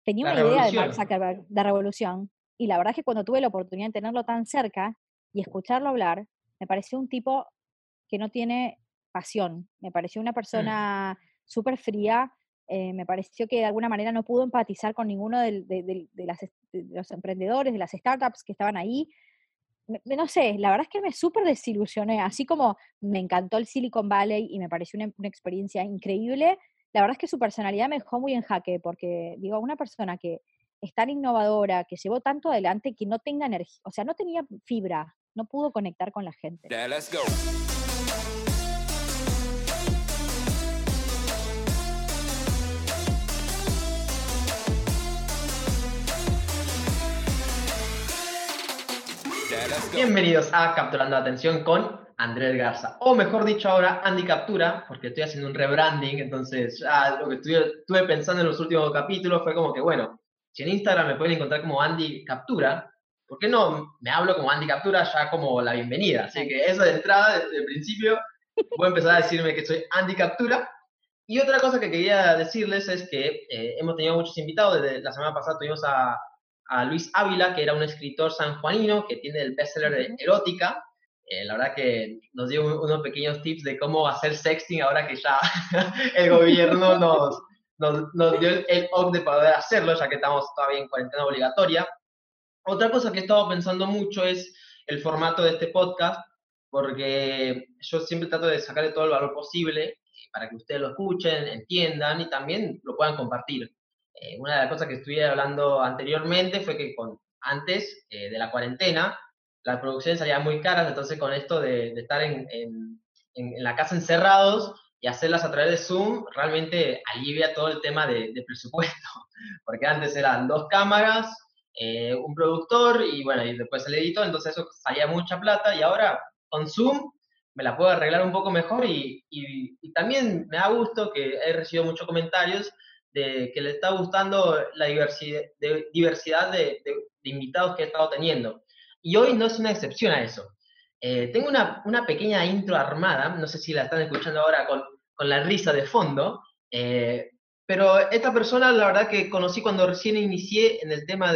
tenía La una idea de Mark revolución. Zuckerberg, de revolución, y la verdad es que cuando tuve la oportunidad de tenerlo tan cerca y escucharlo hablar, me pareció un tipo que no tiene pasión, me pareció una Mm. persona súper fría, me pareció que de alguna manera no pudo empatizar con ninguno de los emprendedores, de las startups que estaban ahí. No sé, la verdad es que me súper desilusioné, así como me encantó el Silicon Valley y me pareció una experiencia increíble, la verdad es que su personalidad me dejó muy en jaque, porque digo, una persona que es tan innovadora, que llevó tanto adelante, que no tenga energía, o sea, no tenía fibra, no pudo conectar con la gente. Yeah, let's go. Yeah, let's go. Bienvenidos a Capturando la Atención con Andrés Garza, o mejor dicho ahora, Andy Captura, porque estoy haciendo un rebranding, entonces ya lo que estuve pensando en los últimos capítulos fue como que, bueno, si en Instagram me pueden encontrar como Andy Captura, ¿por qué no me hablo como Andy Captura ya como la bienvenida? Así Total. que eso de entrada, desde el principio, voy a empezar a decirme que soy Andy Captura. Y otra cosa que quería decirles es que hemos tenido muchos invitados. Desde la semana pasada tuvimos a Luis Ávila, que era un escritor sanjuanino que tiene el bestseller de Ujú. Erótica. La verdad que nos dio unos pequeños tips de cómo hacer sexting ahora que ya el gobierno nos dio el OK de poder hacerlo, ya que estamos todavía en cuarentena obligatoria. Otra cosa que he estado pensando mucho es el formato de este podcast, porque yo siempre trato de sacarle todo el valor posible para que ustedes lo escuchen, entiendan y también lo puedan compartir. Una de las cosas que estuve hablando anteriormente fue que antes de la cuarentena, las producciones salían muy caras, entonces con esto de estar en la casa encerrados y hacerlas a través de Zoom, realmente alivia todo el tema de presupuesto, porque antes eran dos cámaras, un productor y bueno, y después el editor, entonces eso salía mucha plata y ahora con Zoom me la puedo arreglar un poco mejor y también me da gusto que he recibido muchos comentarios de que le está gustando la diversidad de invitados que he estado teniendo. Y hoy no es una excepción a eso. Tengo una pequeña intro armada, no sé si la están escuchando ahora con la risa de fondo, eh, pero esta persona, la verdad que conocí cuando recién inicié en el tema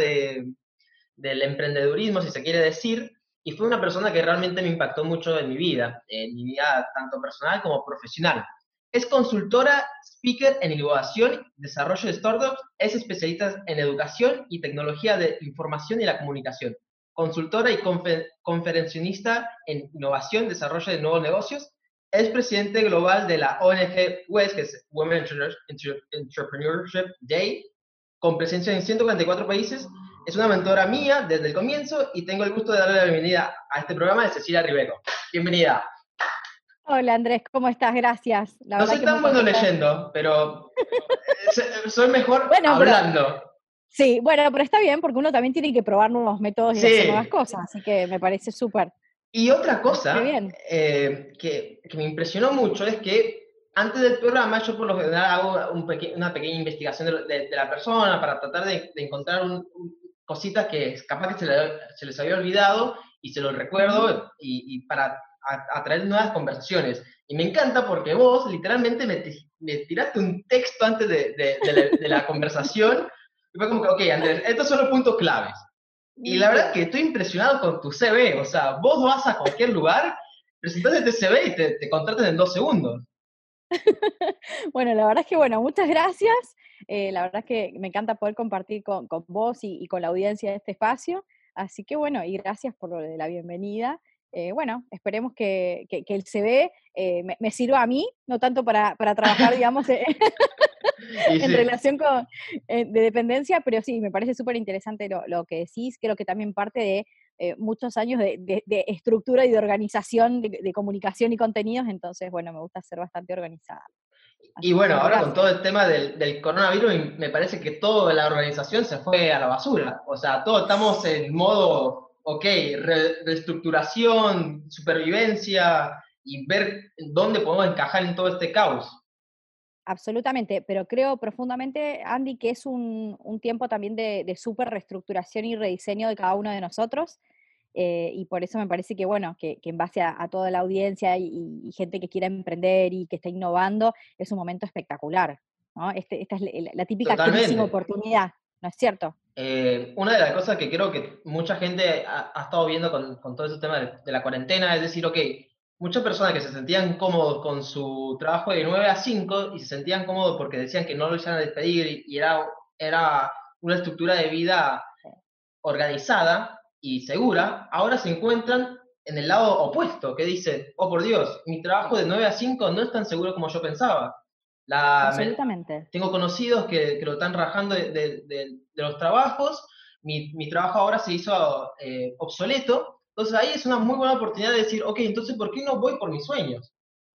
del emprendedurismo, si se quiere decir, y fue una persona que realmente me impactó mucho en mi vida tanto personal como profesional. Es consultora, speaker en innovación, desarrollo de startups, es especialista en educación y tecnología de información y la comunicación. Consultora y conferencionista en innovación, desarrollo de nuevos negocios, es presidente global de la ONG WES, que es Women Entrepreneurship Day, con presencia en 144 países. Es una mentora mía desde el comienzo y tengo el gusto de darle la bienvenida a este programa de Cecilia Ribeco. Bienvenida. Hola Andrés, ¿cómo estás? Gracias. La No verdad soy que muy tan bueno contenta. leyendo, pero soy mejor Bueno, pero hablando. sí, bueno, pero está bien porque uno también tiene que probar nuevos métodos y hacer nuevas Sí. cosas, así que me parece súper. Y otra Así que cosa bien. que me impresionó mucho es que antes del programa yo por lo general hago una pequeña investigación de la persona para tratar de encontrar cositas que capaz que se les había olvidado y se los Ujú. recuerdo y para atraer nuevas conversaciones. Y me encanta porque vos literalmente me tiraste un texto antes de la conversación y fue como que, ok, Andrés, estos son los puntos claves. Y la verdad que Bien. estoy impresionado con tu CV. O sea, vos vas a cualquier lugar, presentás este CV y te contratan en 2 segundos. Bueno, la verdad es que, bueno, muchas gracias. La verdad es que me encanta poder compartir con vos y con la audiencia de este espacio. Así que, bueno, y gracias por lo de la bienvenida. Bueno, esperemos que el CV me sirva a mí, no tanto para trabajar, digamos, Y en sí, relación con de dependencia, pero sí, me parece súper interesante lo que decís. Creo que también parte de muchos años de estructura y de organización de comunicación y contenidos, entonces, bueno, me gusta ser bastante organizada. y Así bueno, que ahora con todo gracias. el tema del coronavirus, me parece que toda la organización se fue a la basura. O sea, todos estamos en modo, ok, reestructuración, supervivencia y ver dónde podemos encajar en todo este caos. Absolutamente, pero creo profundamente, Andy, que es un tiempo también de súper reestructuración y rediseño de cada uno de nosotros. Y por eso me parece que, bueno, que en base a toda la audiencia y gente que quiera emprender y que está innovando, es un momento espectacular, ¿no? Esta es la típica crisis Totalmente. oportunidad. ¿no es cierto? Una de las cosas que creo que mucha gente ha estado viendo con todo ese tema de la cuarentena es decir, ok, muchas personas que se sentían cómodos con su trabajo de 9 a 5 y se sentían cómodos porque decían que no lo iban a despedir y era una estructura de vida organizada y segura, ahora se encuentran en el lado opuesto, que dicen, oh por Dios, mi trabajo Sí, de 9 a 5 no es tan seguro como yo pensaba. La, me- absolutamente. Tengo conocidos que lo están rajando de los trabajos, mi trabajo ahora se hizo obsoleto, entonces ahí es una muy buena oportunidad de decir, ok, entonces ¿por qué no voy por mis sueños?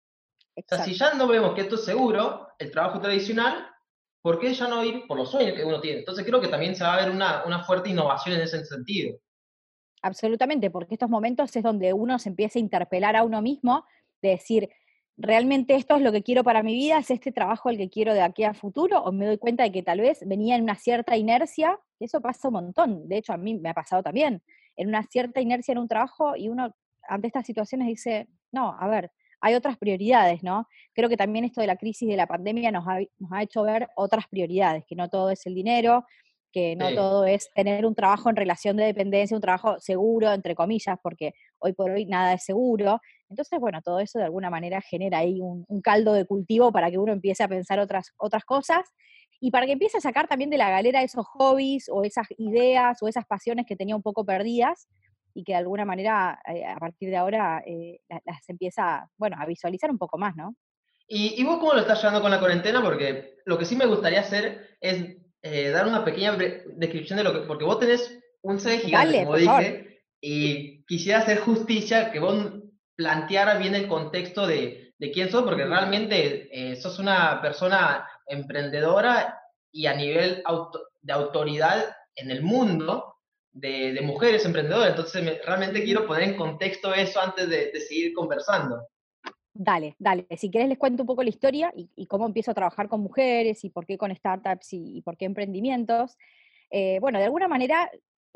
O sea, si Exacto. ya no vemos que esto es seguro, el trabajo tradicional, ¿por qué ya no ir por los sueños que uno tiene? Entonces creo que también se va a ver una fuerte innovación en ese sentido. Absolutamente, porque estos momentos es donde uno se empieza a interpelar a uno mismo, de decir, ¿realmente esto es lo que quiero para mi vida? ¿Es este trabajo el que quiero de aquí a futuro? ¿O me doy cuenta de que tal vez venía en una cierta inercia? Eso pasa un montón, de hecho a mí me ha pasado también, en una cierta inercia en un trabajo y uno ante estas situaciones dice, no, a ver, hay otras prioridades, ¿no? Creo que también esto de la crisis de la pandemia nos ha hecho ver otras prioridades, que no todo es el dinero, que no Sí. todo es tener un trabajo en relación de dependencia, un trabajo seguro, entre comillas, porque hoy por hoy nada es seguro. Entonces, bueno, todo eso de alguna manera genera ahí un caldo de cultivo para que uno empiece a pensar otras cosas y para que empiece a sacar también de la galera esos hobbies o esas ideas o esas pasiones que tenía un poco perdidas y que de alguna manera a partir de ahora las empieza, bueno, a visualizar un poco más, ¿no? ¿Y vos cómo lo estás llevando con la cuarentena? Porque lo que sí me gustaría hacer es dar una pequeña descripción de lo que, porque vos tenés un CD gigante, Dale, como por favor. dije, y quisiera hacer justicia que vos plantearas bien el contexto de quién sos, porque Bien. realmente sos una persona emprendedora y a nivel de autoridad en el mundo de mujeres emprendedoras. Entonces, realmente Ujú. quiero poner en contexto eso antes de seguir conversando. Dale, dale. Si querés les cuento un poco la historia y cómo empiezo a trabajar con mujeres y por qué con startups y por qué emprendimientos. Bueno, de alguna manera,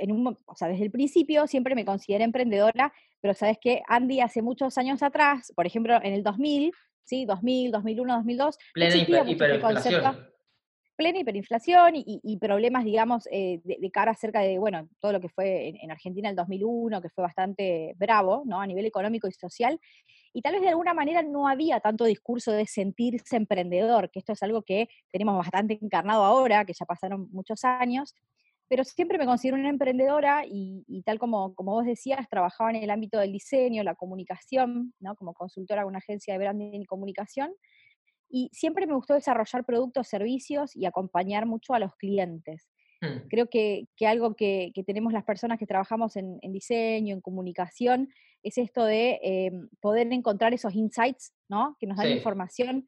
o sea, desde el principio siempre me consideré emprendedora, pero sabes que Andy hace muchos años atrás, por ejemplo, en el 2000, ¿sí? 2000, 2001, 2002, no Plena existía mucho este concepto hiperinflación. plena hiperinflación y problemas, digamos, de cara acerca de, bueno, todo lo que fue en Argentina el 2001, que fue bastante bravo, ¿no? A nivel económico y social, y tal vez de alguna manera no había tanto discurso de sentirse emprendedor, que esto es algo que tenemos bastante encarnado ahora, que ya pasaron muchos años, pero siempre me considero una emprendedora y tal como vos decías, trabajaba en el ámbito del diseño, la comunicación, ¿no? Como consultora de una agencia de branding y comunicación, y siempre me gustó desarrollar productos, servicios y acompañar mucho a los clientes. Hmm. Creo que algo que tenemos las personas que trabajamos en diseño, en comunicación, es esto de poder encontrar esos insights, ¿no? Que nos dan Sí, información.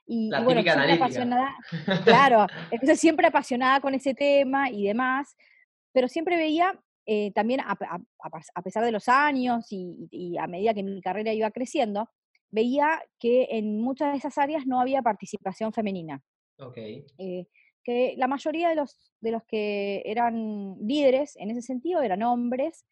Y la bueno, típica siempre analítica. apasionada, claro, entonces siempre apasionada con ese tema y demás, pero siempre veía también, a pesar de los años y a medida que mi carrera iba creciendo, veía que en muchas de esas áreas no había participación femenina. Ok. Eh, que la mayoría de los que eran líderes en ese sentido eran hombres,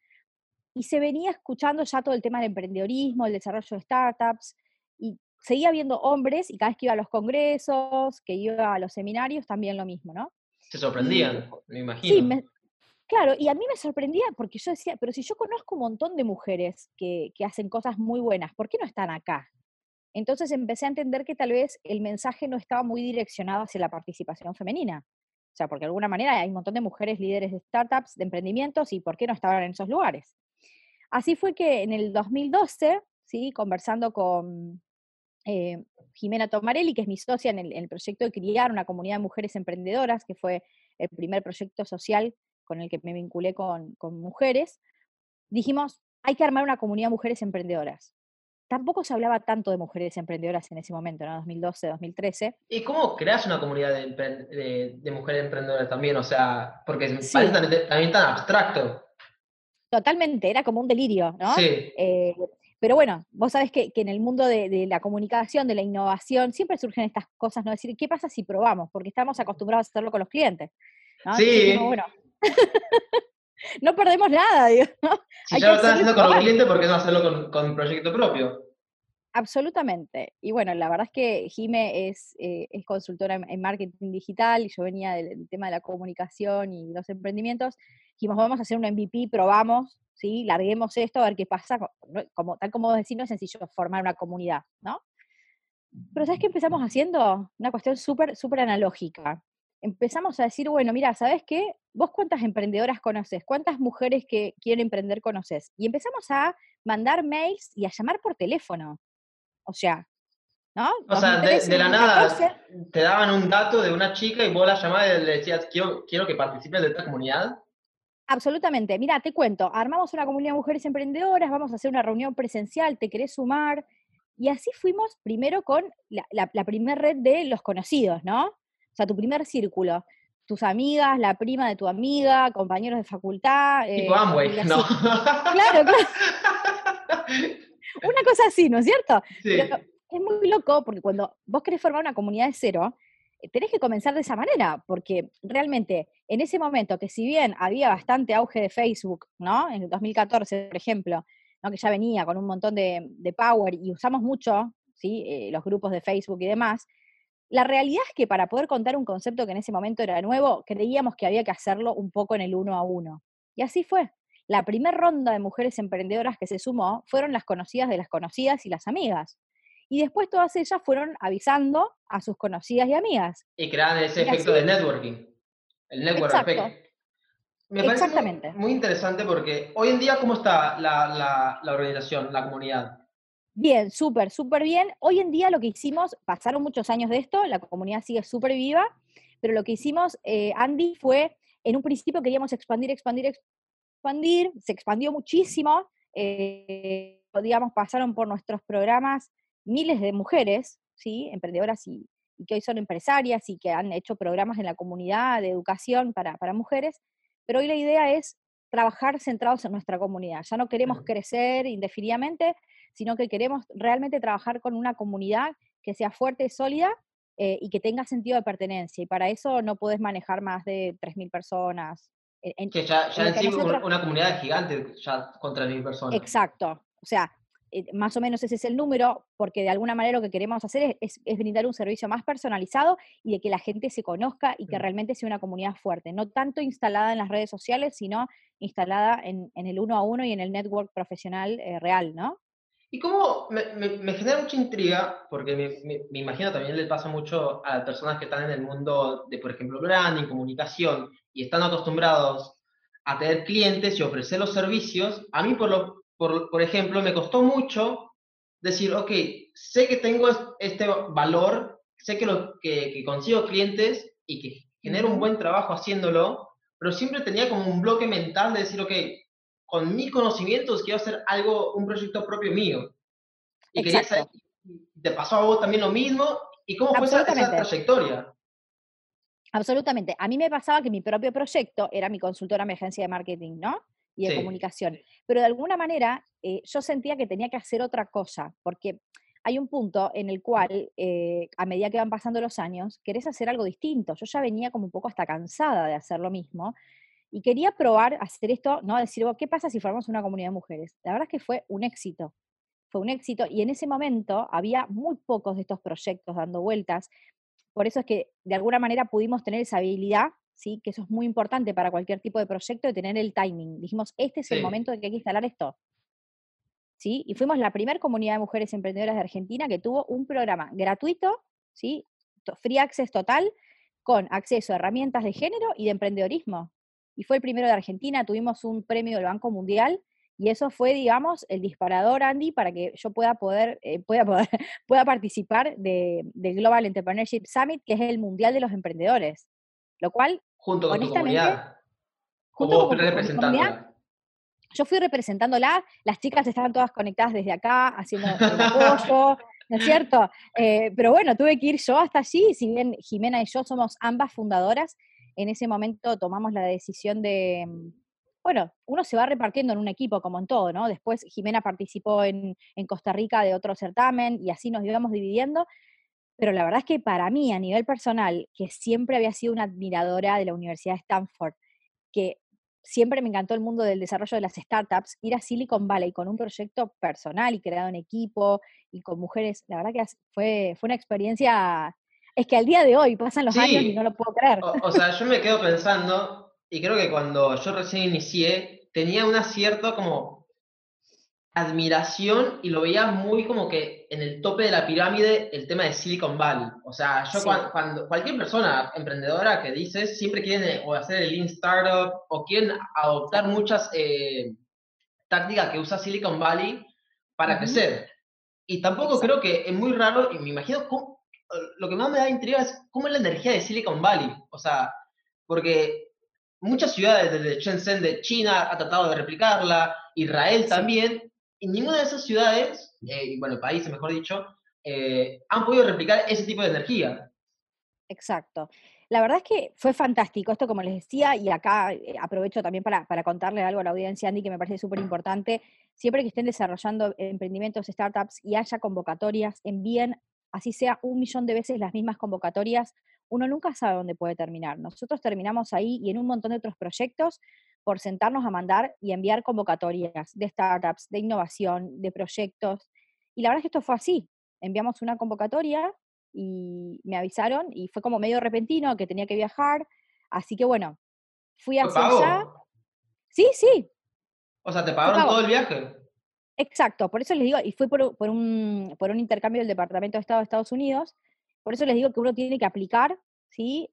y se venía escuchando ya todo el tema del emprendedorismo, el desarrollo de startups, y seguía viendo hombres, y cada vez que iba a los congresos, que iba a los seminarios, también lo mismo, ¿no? Se Y sorprendían, me sí, imagino. claro, y a mí me sorprendía porque yo decía, pero si yo conozco un montón de mujeres que hacen cosas muy buenas, ¿por qué no están acá? Entonces empecé a entender que tal vez el mensaje no estaba muy direccionado hacia la participación femenina. O sea, porque de alguna manera hay un montón de mujeres líderes de startups, de emprendimientos, y ¿por qué no estaban en esos lugares? Así fue que en el 2012, ¿sí? Conversando con Jimena Tomarelli, que es mi socia en el proyecto de criar una comunidad de mujeres emprendedoras, que fue el primer proyecto social con el que me vinculé con mujeres, dijimos, hay que armar una comunidad de mujeres emprendedoras. Tampoco se hablaba tanto de mujeres emprendedoras en ese momento, ¿no? 2012, 2013. ¿Y cómo creas una comunidad de mujeres emprendedoras también? O sea, porque me parece Sí, también tan abstracto. totalmente, era como un delirio, ¿no? Sí, Eh, pero bueno, vos sabés que en el mundo de la comunicación, de la innovación, siempre surgen estas cosas, ¿no? Decir, ¿qué pasa si probamos? Porque estamos acostumbrados a hacerlo con los clientes, ¿no? Entonces dijimos, sí. bueno, no perdemos nada, digo, ¿no? Si Hay ya que lo están hacerlo y haciendo con los probar. clientes, ¿por qué no hacerlo con proyecto propio? Absolutamente. Y bueno, la verdad es que Jime es consultora en marketing digital y yo venía del tema de la comunicación y los emprendimientos. Dijimos, vamos a hacer un MVP, probamos, ¿sí? Larguemos esto, a ver qué pasa. Como, tal como vos decís, no es sencillo formar una comunidad, ¿no? Pero ¿sabes qué empezamos haciendo? Una cuestión súper, súper analógica. Empezamos a decir, bueno, mira, ¿sabes qué? ¿Vos cuántas emprendedoras conoces? ¿Cuántas mujeres que quieren emprender conoces? Y empezamos a mandar mails y a llamar por teléfono. O sea, ¿no? O sea, 2013, de la nada 2014, te daban un dato de una chica y vos la llamabas y le decías, quiero que participes de esta comunidad. absolutamente. Mira, te cuento, armamos una comunidad de mujeres emprendedoras, vamos a hacer una reunión presencial, ¿te querés sumar? Y así fuimos primero con la primer red de los conocidos, ¿no? O sea, tu primer círculo, tus amigas, la prima de tu amiga, compañeros de facultad, Tipo Amway, y ¿no? así. Claro, claro, una cosa así, ¿no es cierto? Pero Sí. es muy loco porque cuando vos querés formar una comunidad de cero, tenés que comenzar de esa manera, porque realmente en ese momento, que si bien había bastante auge de Facebook, ¿no? En el 2014, por ejemplo, ¿no? Que ya venía con un montón de power y usamos mucho, ¿sí? Los grupos de Facebook y demás, la realidad es que para poder contar un concepto que en ese momento era nuevo, creíamos que había que hacerlo un poco en el uno a uno. Y así fue. La primera ronda de mujeres emprendedoras que se sumó fueron las conocidas de las conocidas y las amigas. Y después todas ellas fueron avisando a sus conocidas y amigas. Y crean ese Y efecto así, de networking, el network exacto, effect. Me parece muy, exactamente. muy interesante porque hoy en día, ¿cómo está la organización, la comunidad? Bien, súper, súper bien. Hoy en día lo que hicimos, pasaron muchos años de esto, la comunidad sigue súper viva, pero lo que hicimos, Andy, fue, en un principio queríamos expandir, expandir, expandir, se expandió muchísimo, digamos, pasaron por nuestros programas miles de mujeres, ¿sí? Emprendedoras y que hoy son empresarias y que han hecho programas en la comunidad de educación para mujeres, pero hoy la idea es trabajar centrados en nuestra comunidad. Ya no queremos crecer indefinidamente, sino que queremos realmente trabajar con una comunidad que sea fuerte, sólida y que tenga sentido de pertenencia. Y para eso no puedes manejar más de 3.000 personas. En, Que ya en lo en que a sí nosotros, una comunidad gigante, ya contra 1000 personas. exacto. O sea, más o menos ese es el número, porque de alguna manera lo que queremos hacer es brindar un servicio más personalizado y de que la gente se conozca y que Mm. realmente sea una comunidad fuerte, no tanto instalada en las redes sociales, sino instalada en el uno a uno y en el network profesional real, ¿no? Y cómo me genera mucha intriga, porque me imagino también le pasa mucho a las personas que están en el mundo de, por ejemplo, branding, comunicación, y están acostumbrados a tener clientes y ofrecer los servicios. A mí, por ejemplo, me costó mucho decir, ok, sé que tengo este valor, sé que consigo clientes y que genero un Ujú. buen trabajo haciéndolo, pero siempre tenía como un bloque mental de decir, ok, con mis conocimientos quiero hacer algo, un proyecto propio mío. Y quería saber, Exacto, ¿te pasó a vos también lo mismo? ¿Y cómo fue esa absolutamente. trayectoria? Absolutamente. A mí me pasaba que mi propio proyecto era mi consultora, mi agencia de marketing, ¿no? Y de Sí, comunicación. Pero de alguna manera yo sentía que tenía que hacer otra cosa, porque hay un punto en el cual, a medida que van pasando los años, querés hacer algo distinto. Yo ya venía como un poco hasta cansada de hacer lo mismo y quería probar hacer esto, ¿no? Decir, "Bueno, ¿qué pasa si formamos una comunidad de mujeres?". La verdad es que fue un éxito. Fue un éxito y en ese momento había muy pocos de estos proyectos dando vueltas. Por eso es que de alguna manera pudimos tener esa habilidad, ¿sí? Que eso es muy importante para cualquier tipo de proyecto, de tener el timing. Dijimos, este es el sí. momento en que hay que instalar esto, ¿sí? Y fuimos la primera comunidad de mujeres emprendedoras de Argentina que tuvo un programa gratuito, ¿sí? Free access total, con acceso a herramientas de género y de emprendedorismo. Y fue el primero de Argentina, tuvimos un premio del Banco Mundial y eso fue, digamos, el disparador, Andy, para que yo pueda participar del Global Entrepreneurship Summit, que es el Mundial de los Emprendedores. Lo cual, Junto con tu honestamente, comunidad. O junto vos con mi comunidad, representándola. yo fui representándola, las chicas estaban todas conectadas desde acá, haciendo el apoyo, ¿no es cierto? Pero bueno, tuve que ir yo hasta allí, y si bien Jimena y yo somos ambas fundadoras, en ese momento tomamos la decisión de, bueno, uno se va repartiendo en un equipo como en todo, ¿no? Después Jimena participó en Costa Rica de otro certamen y así nos íbamos dividiendo, pero la verdad es que para mí, a nivel personal, que siempre había sido una admiradora de la Universidad de Stanford, que siempre me encantó el mundo del desarrollo de las startups, ir a Silicon Valley con un proyecto personal y creado en equipo y con mujeres, la verdad que fue una experiencia, es que al día de hoy pasan los años y no Sí, lo puedo creer. o sea, yo me quedo pensando, y creo que cuando yo recién inicié, tenía un acierto como admiración y lo veía muy como que en el tope de la pirámide el tema de Silicon Valley. O sea, yo Sí. cuando cualquier persona emprendedora que dices siempre quieren o hacer el Lean Startup o quieren adoptar Exacto. muchas tácticas que usa Silicon Valley para Ujú. crecer. Y tampoco creo Exacto. que es muy raro, y me imagino lo que más me da intriga es cómo es la energía de Silicon Valley. O sea, porque muchas ciudades, desde Shenzhen de China, ha tratado de replicarla, Israel Sí. también, y ninguna de esas ciudades, y bueno, países mejor dicho, han podido replicar ese tipo de energía. Exacto. La verdad es que fue fantástico esto, como les decía, y acá aprovecho también para contarle algo a la audiencia, Andy, que me parece súper importante. Siempre que estén desarrollando emprendimientos, startups y haya convocatorias, envíen, así sea 1 millón de veces las mismas convocatorias. Uno nunca sabe dónde puede terminar. Nosotros terminamos ahí y en un montón de otros proyectos por sentarnos a mandar y enviar convocatorias de startups, de innovación, de proyectos. Y la verdad es que esto fue así. Enviamos una convocatoria y me avisaron y fue como medio repentino que tenía que viajar, así que bueno, fui ¿Fue hacia allá. pago? Sí, sí, O sea, ¿te fue pagaron todo pago. el viaje? Exacto, por eso les digo, y fue por un intercambio del Departamento de Estado de Estados Unidos, por eso les digo que uno tiene que aplicar, ¿sí?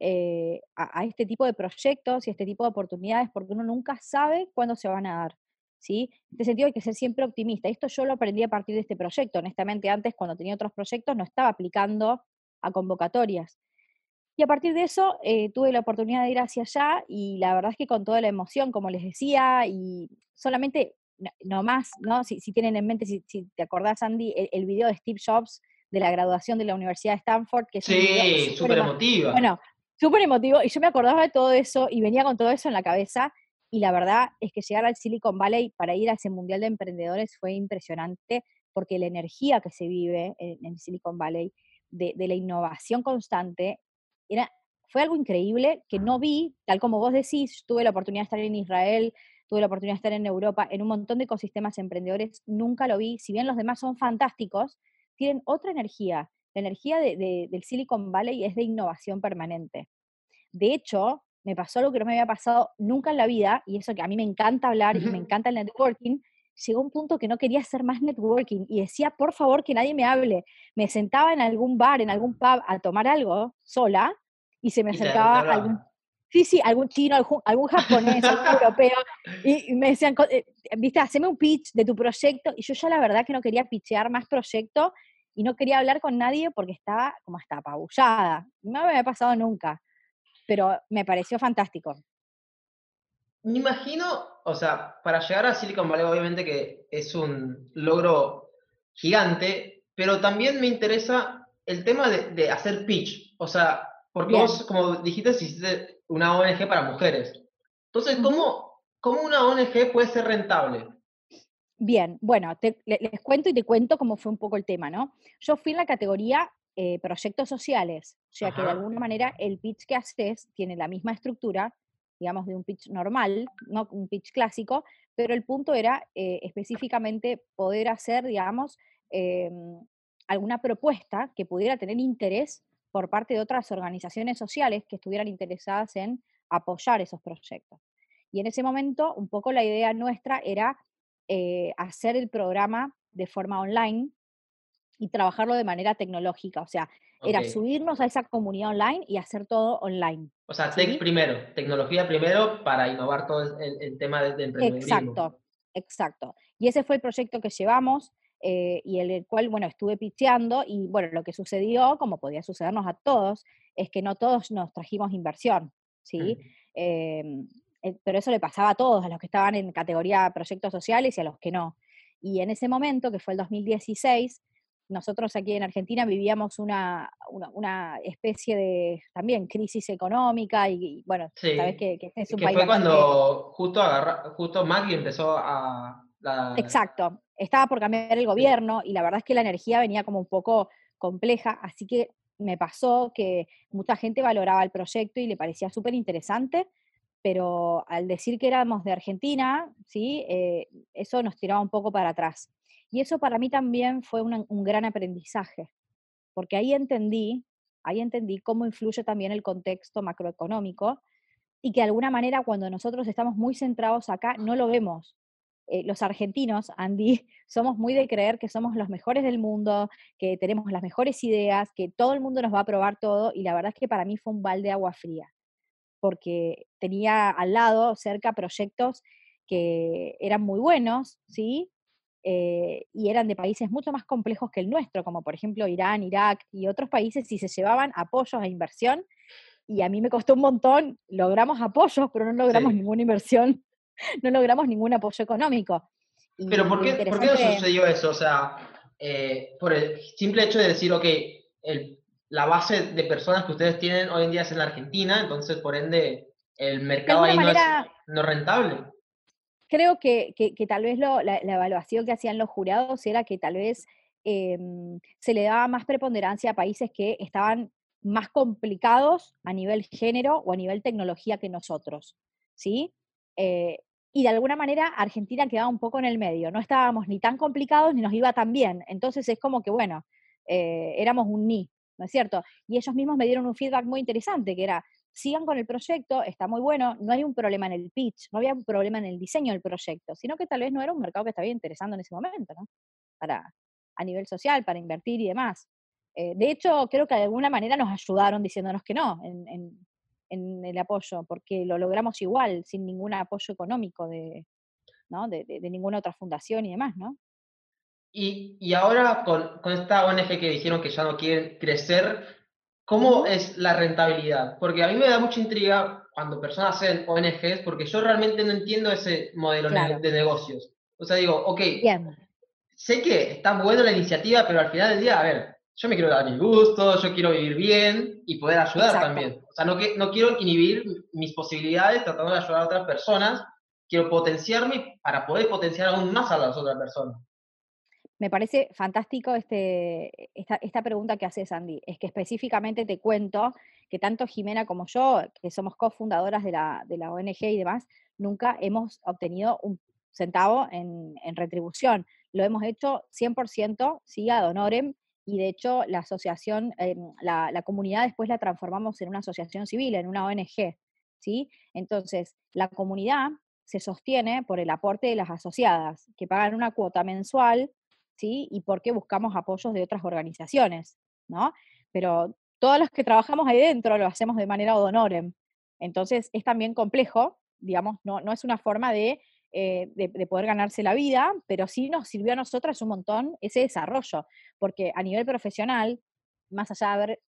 A este tipo de proyectos y a este tipo de oportunidades, porque uno nunca sabe cuándo se van a dar, ¿sí? En este sentido hay que ser siempre optimista. Esto yo lo aprendí a partir de este proyecto. Honestamente, antes, cuando tenía otros proyectos, no estaba aplicando a convocatorias. Y a partir de eso tuve la oportunidad de ir hacia allá y la verdad es que con toda la emoción, como les decía, y solamente, no más, ¿no? Si tienen en mente, si te acordás, Andy, el video de Steve Jobs de la graduación de la Universidad de Stanford, que es un video Sí, súper súper emotiva. bueno, súper emotivo, y yo me acordaba de todo eso y venía con todo eso en la cabeza, y la verdad es que llegar al Silicon Valley para ir a ese Mundial de Emprendedores fue impresionante, porque la energía que se vive en Silicon Valley, de la innovación constante, era, fue algo increíble que no vi, tal como vos decís. Tuve la oportunidad de estar en Israel, tuve la oportunidad de estar en Europa, en un montón de ecosistemas emprendedores, nunca lo vi. Si bien los demás son fantásticos, tienen otra energía. La energía del Silicon Valley es de innovación permanente. De hecho, me pasó algo que no me había pasado nunca en la vida, y eso que a mí me encanta hablar y me encanta el networking. Llegó un punto que no quería hacer más networking y decía, por favor, que nadie me hable. Me sentaba en algún bar, en algún pub a tomar algo sola, y se me Y te acercaba algún, reserva. sí, sí, algún chino, algún japonés, algún europeo, y me decían, viste, haceme un pitch de tu proyecto, y yo ya la verdad que no quería pitchear más proyecto, y no quería hablar con nadie porque estaba como hasta apabullada. No me había pasado nunca, pero me pareció fantástico. Me imagino, o sea, para llegar a Silicon Valley obviamente que es un logro gigante, pero también me interesa el tema de hacer pitch, o sea, porque vos, Bien. como dijiste, hiciste una ONG para mujeres. Entonces, Ujú. ¿cómo una ONG puede ser rentable? Bien, bueno, les cuento y te cuento cómo fue un poco el tema, ¿no? Yo fui en la categoría proyectos sociales, o sea que de Ajá. alguna manera el pitch que haces tiene la misma estructura, digamos, de un pitch normal, no un pitch clásico, pero el punto era específicamente poder hacer, digamos, eh, alguna propuesta que pudiera tener interés por parte de otras organizaciones sociales que estuvieran interesadas en apoyar esos proyectos. Y en ese momento, un poco la idea nuestra era hacer el programa de forma online y trabajarlo de manera tecnológica. O sea, Ok. era subirnos a esa comunidad online y hacer todo online. O sea, tech ¿Sí? primero, tecnología primero para innovar todo el tema de emprendedurismo. Exacto, exacto. Y ese fue el proyecto que llevamos y el cual, bueno, estuve pitcheando y, bueno, lo que sucedió, como podía sucedernos a todos, es que no todos nos trajimos inversión, ¿sí? Mm. Pero eso le pasaba a todos, a los que estaban en categoría proyectos sociales y a los que no. Y en ese momento, que fue el 2016, nosotros aquí en Argentina vivíamos una especie de también crisis económica y, bueno, sabes Sí, que este es un que país fue bastante. cuando justo Macri empezó Exacto, estaba por cambiar el sí. gobierno y la verdad es que la energía venía como un poco compleja, así que me pasó que mucha gente valoraba el proyecto y le parecía súper interesante, pero al decir que éramos de Argentina, ¿sí? Eso nos tiraba un poco para atrás. Y eso para mí también fue un gran aprendizaje, porque ahí entendí cómo influye también el contexto macroeconómico y que de alguna manera cuando nosotros estamos muy centrados acá no lo vemos. Los argentinos, Andy, somos muy de creer que somos los mejores del mundo, que tenemos las mejores ideas, que todo el mundo nos va a aprobar todo, y la verdad es que para mí fue un balde de agua fría, porque tenía al lado, cerca, proyectos que eran muy buenos, ¿sí? Y eran de países mucho más complejos que el nuestro, como por ejemplo Irán, Irak y otros países, y se llevaban apoyos e inversión, y a mí me costó un montón, logramos apoyos, pero no logramos Sí. ninguna inversión, no logramos ningún apoyo económico. Pero Y lo por qué no interesante, sucedió eso? O sea, por el simple hecho de decir, ok, la base de personas que ustedes tienen hoy en día es en la Argentina, entonces por ende el de mercado alguna ahí manera, no es rentable. creo que tal vez la evaluación que hacían los jurados era que tal vez se le daba más preponderancia a países que estaban más complicados a nivel género o a nivel tecnología que nosotros, ¿sí? Eh, y de alguna manera Argentina quedaba un poco en el medio, no estábamos ni tan complicados ni nos iba tan bien, entonces es como que, bueno, éramos un ni, ¿no es cierto? Y ellos mismos me dieron un feedback muy interesante, que era, sigan con el proyecto, está muy bueno, no hay un problema en el pitch, no había un problema en el diseño del proyecto, sino que tal vez no era un mercado que estaba interesando en ese momento, ¿no? Para, a nivel social, para invertir y demás. De hecho, creo que de alguna manera nos ayudaron diciéndonos que no en el apoyo, porque lo logramos igual, sin ningún apoyo económico ¿no? De ninguna otra fundación y demás, ¿no? Y ahora con esta ONG que dijeron que ya no quieren crecer, ¿cómo Ujú. es la rentabilidad? Porque a mí me da mucha intriga cuando personas hacen ONGs, porque yo realmente no entiendo ese modelo Claro, de negocios. O sea, digo, ok, bien, sé que está buena la iniciativa, pero al final del día, a ver, yo me quiero dar mi gusto, yo quiero vivir bien y poder ayudar exacto. también. O sea, no quiero inhibir mis posibilidades tratando de ayudar a otras personas, quiero potenciarme para poder potenciar aún más a las otras personas. Me parece fantástico esta pregunta que haces, Andy. Es que específicamente te cuento que tanto Jimena como yo, que somos cofundadoras de la ONG y demás, nunca hemos obtenido un centavo en retribución. Lo hemos hecho 100%, sí, ad honorem, y de hecho la asociación, la comunidad después la transformamos en una asociación civil, en una ONG, ¿sí? Entonces, la comunidad se sostiene por el aporte de las asociadas, que pagan una cuota mensual, ¿sí? Y por qué buscamos apoyos de otras organizaciones, ¿no? Pero todos los que trabajamos ahí dentro lo hacemos de manera ad honorem. Entonces es también complejo, digamos, no es una forma de poder ganarse la vida, pero sí nos sirvió a nosotras un montón ese desarrollo, porque a nivel profesional, más allá de haber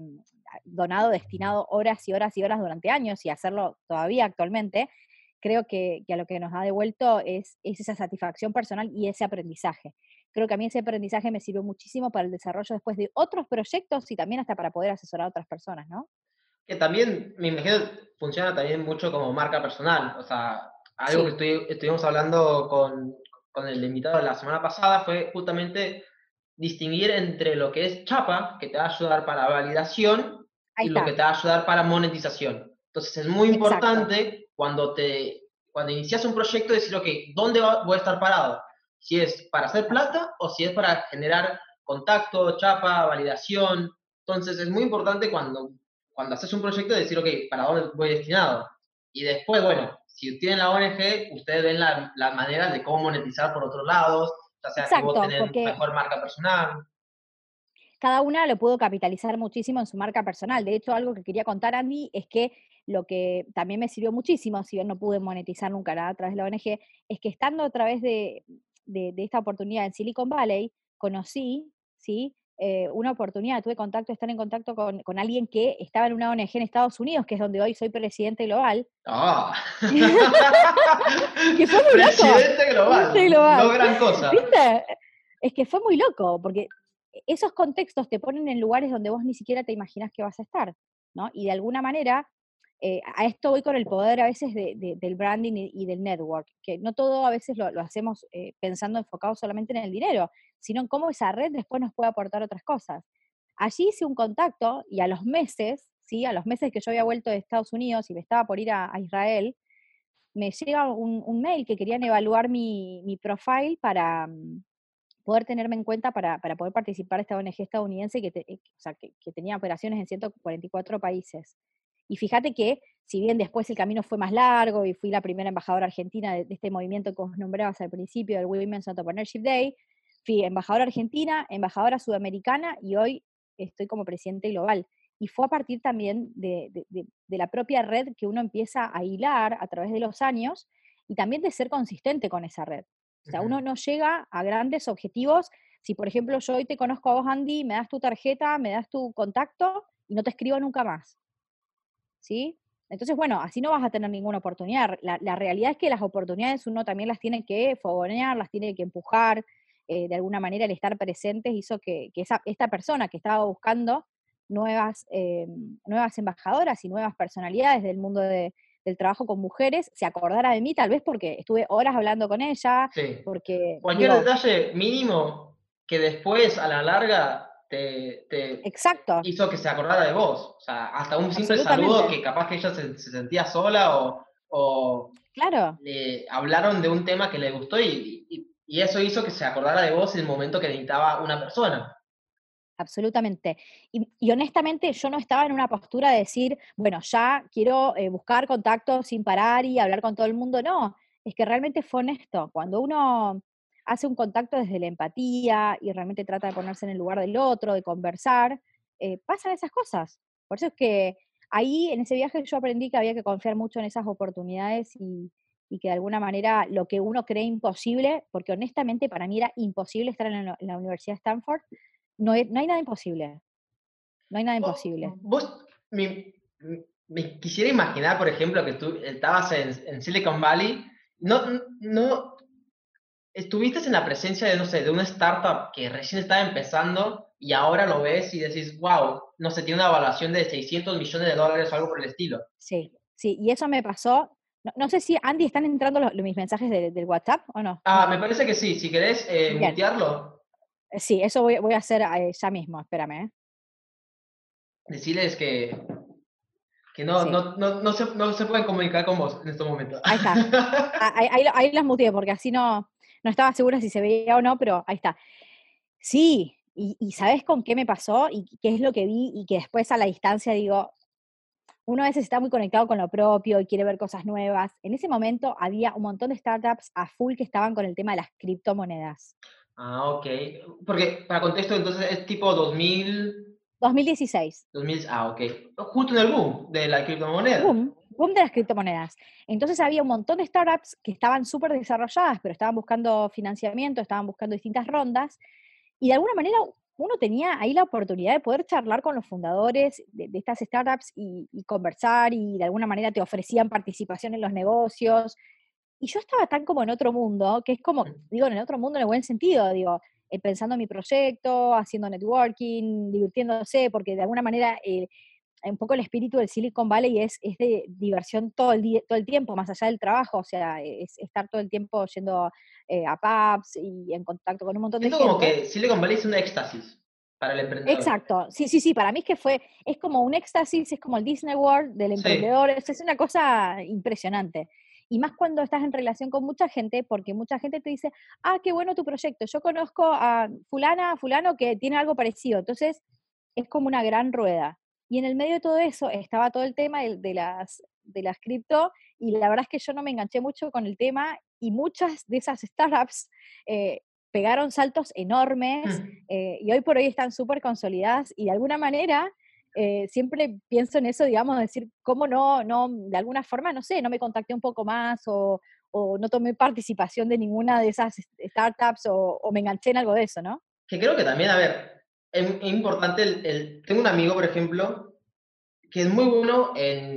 donado, destinado horas y horas y horas durante años y hacerlo todavía actualmente, creo que a lo que nos ha devuelto es esa satisfacción personal y ese aprendizaje. Creo que a mí ese aprendizaje me sirvió muchísimo para el desarrollo después de otros proyectos y también hasta para poder asesorar a otras personas, ¿no? Que también, me imagino, funciona también mucho como marca personal. O sea, algo que Sí, estuvimos hablando con el invitado de la semana pasada fue justamente distinguir entre lo que es chapa, que te va a ayudar para validación, ahí y lo que está, te va a ayudar para monetización. Entonces es muy exacto, importante cuando inicias un proyecto decir, ok, ¿dónde voy a estar parado? Si es para hacer exacto. plata o si es para generar contacto, chapa, validación. Entonces es muy importante cuando haces un proyecto decir, ok, ¿para dónde voy destinado? Y después, bueno, si tienen la ONG, ustedes ven las maneras de cómo monetizar por otros lados, ya sea que vos Exacto, tenés porque mejor marca personal. cada una lo pudo capitalizar muchísimo en su marca personal. De hecho, algo que quería contar, Andy, es que lo que también me sirvió muchísimo, si bien no pude monetizar nunca nada a través de la ONG, es que estando a través de esta oportunidad en Silicon Valley, conocí, ¿sí? Una oportunidad, tuve contacto, estar en contacto con alguien que estaba en una ONG en Estados Unidos, que es donde hoy soy presidente global, ¡Ah! que fue muy loco, Presidente presidente global, no global, gran cosa. ¿viste? Es que fue muy loco, porque esos contextos te ponen en lugares donde vos ni siquiera te imaginas que vas a estar, ¿no? Y de alguna manera, a esto voy con el poder a veces del branding y del network, que no todo a veces lo hacemos pensando enfocado solamente en el dinero, sino en cómo esa red después nos puede aportar otras cosas. Allí hice un contacto y a los meses, ¿sí? A los meses que yo había vuelto de Estados Unidos y me estaba por ir a Israel, me llega un mail que querían evaluar mi profile para poder tenerme en cuenta para poder participar de esta ONG estadounidense o sea, que tenía operaciones en 144 países. Y fíjate que, si bien después el camino fue más largo y fui la primera embajadora argentina de este movimiento que vos nombrabas al principio, del Women's Entrepreneurship Day, fui embajadora argentina, embajadora sudamericana y hoy estoy como presidente global. Y fue a partir también de la propia red que uno empieza a hilar a través de los años y también de ser consistente con esa red. O sea, uno Ujú. no llega a grandes objetivos si, por ejemplo, yo hoy te conozco a vos, Andy, me das tu tarjeta, me das tu contacto y no te escribo nunca más, ¿sí? Entonces, bueno, así no vas a tener ninguna oportunidad. La realidad es que las oportunidades uno también las tiene que fogonear, las tiene que empujar. De alguna manera el estar presentes hizo que esta persona que estaba buscando nuevas embajadoras y nuevas personalidades del mundo del trabajo con mujeres se acordara de mí, tal vez porque estuve horas hablando con ella, Sí. porque, Cualquier digo, detalle mínimo que después, a la larga, te exacto, hizo que se acordara de vos. O sea, hasta un simple saludo absolutamente, que capaz que ella se sentía sola o claro. le hablaron de un tema que le gustó y eso hizo que se acordara de vos en el momento que necesitaba una persona. Absolutamente. Y honestamente yo no estaba en una postura de decir, bueno, ya quiero buscar contactos sin parar y hablar con todo el mundo. No, es que realmente fue honesto. Cuando uno hace un contacto desde la empatía y realmente trata de ponerse en el lugar del otro, de conversar, pasan esas cosas. Por eso es que ahí en ese viaje yo aprendí que había que confiar mucho en esas oportunidades y que de alguna manera lo que uno cree imposible, porque honestamente para mí era imposible estar en la Universidad de Stanford, no hay nada imposible, no hay nada imposible. Vos me quisiera imaginar, por ejemplo, que tú estabas en Silicon Valley. No, estuviste en la presencia de, no sé, de una startup que recién estaba empezando y ahora lo ves y decís, wow, no sé, tiene una evaluación de $600 millones o algo por el estilo. Sí, sí, y eso me pasó. No sé si, Andy, ¿están entrando mis mensajes del WhatsApp o no? Ah, me parece que sí, si querés Bien, mutearlo, sí, eso voy a hacer ya mismo, espérame, decirles que sí, no se pueden comunicar con vos en estos momentos. ahí está. Ahí los muteé, porque así no estaba segura si se veía o no, pero ahí está. Sí, y ¿sabés con qué me pasó? Y qué es lo que vi, y que después a la distancia digo, uno a veces está muy conectado con lo propio y quiere ver cosas nuevas. En ese momento había un montón de startups a full que estaban con el tema de las criptomonedas. Ah, ok. Porque para contexto, entonces es tipo 2016, 2000, ok. Justo en el boom de la criptomoneda. boom de las criptomonedas. Entonces había un montón de startups que estaban súper desarrolladas, pero estaban buscando financiamiento, estaban buscando distintas rondas, y de alguna manera uno tenía ahí la oportunidad de poder charlar con los fundadores de estas startups y conversar, y de alguna manera te ofrecían participación en los negocios. Y yo estaba tan como en otro mundo, que es como, digo, en el otro mundo en el buen sentido, digo, pensando en mi proyecto, haciendo networking, divirtiéndose, porque de alguna manera un poco el espíritu del Silicon Valley es de diversión todo el día, todo el tiempo, más allá del trabajo, o sea, es estar todo el tiempo yendo a pubs y en contacto con un montón de Siento como gente. que Silicon Valley es un éxtasis para el emprendedor. Exacto, sí, sí, sí, para mí es que es como un éxtasis, es como el Disney World del Sí. emprendedor, es una cosa impresionante. Y más cuando estás en relación con mucha gente, porque mucha gente te dice, ah, qué bueno tu proyecto, yo conozco a fulana, a fulano que tiene algo parecido, entonces es como una gran rueda. Y en el medio de todo eso estaba todo el tema de las cripto, y la verdad es que yo no me enganché mucho con el tema, y muchas de esas startups eh, pegaron saltos enormes, y hoy por hoy están súper consolidadas, y de alguna manera siempre pienso en eso, digamos, decir, ¿cómo de alguna forma, no sé, no me contacté un poco más o no tomé participación de ninguna de esas startups o me enganché en algo de eso, ¿no? Que creo que también, a ver, es importante tengo un amigo, por ejemplo, que es muy bueno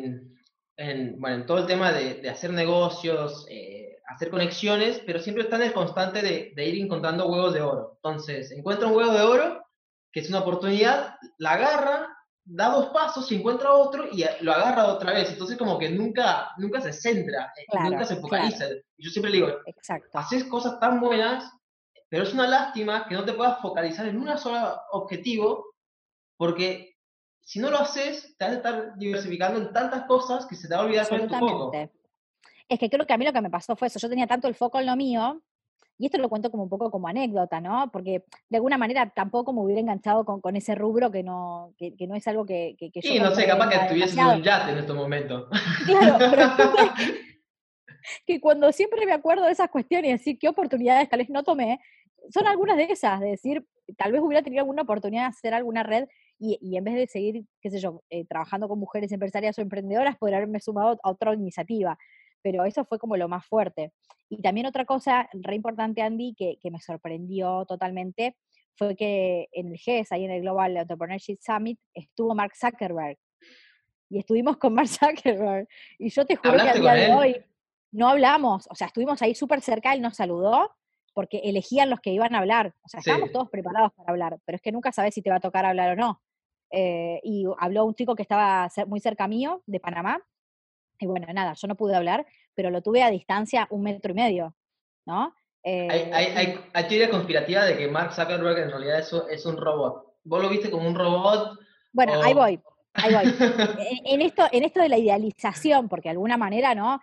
bueno, en todo el tema de hacer negocios, hacer conexiones, pero siempre está en el constante de ir encontrando huevos de oro. Entonces, encuentra un huevo de oro, que es una oportunidad, la agarra, da dos pasos, y encuentra otro y lo agarra otra vez. Entonces, como que nunca se centra y nunca Claro, se claro, focaliza. Y yo siempre le digo, exacto. haces cosas tan buenas, pero es una lástima que no te puedas focalizar en un solo objetivo, porque si no lo haces, te vas a estar diversificando en tantas cosas que se te va a olvidar cuál es tu foco. Absolutamente. Es que creo que a mí lo que me pasó fue eso, yo tenía tanto el foco en lo mío, y esto lo cuento como un poco como anécdota, ¿no? Porque de alguna manera tampoco me hubiera enganchado con ese rubro que no es algo que yo Y no sé, capaz que comprenda estuvieses en demasiado. un yate en este momento. Claro, pero el punto es que cuando siempre me acuerdo de esas cuestiones y decir qué oportunidades tal vez no tomé, son algunas de esas, de decir, tal vez hubiera tenido alguna oportunidad de hacer alguna red y en vez de seguir, qué sé yo, trabajando con mujeres empresarias o emprendedoras, poder haberme sumado a otra iniciativa. Pero eso fue como lo más fuerte. Y también otra cosa re importante, Andy, que me sorprendió totalmente, fue que en el GES, ahí en el Global Entrepreneurship Summit, estuvo Mark Zuckerberg. Y estuvimos con Mark Zuckerberg. Y yo te juro que a ¿Hablaste con día de él? hoy no hablamos, o sea, estuvimos ahí súper cerca, él nos saludó, porque elegían los que iban a hablar, o sea, estábamos Sí. todos preparados para hablar, pero es que nunca sabes si te va a tocar hablar o no. Y habló un chico que estaba muy cerca mío, de Panamá, y bueno, nada, yo no pude hablar, pero lo tuve a distancia 1,5 metros, ¿no? Hay, hay, Y hay, hay teoría conspirativa de que Mark Zuckerberg en realidad es un robot. ¿Vos lo viste como un robot bueno, ahí o...? voy, ahí voy. En esto de la idealización, porque de alguna manera, ¿no?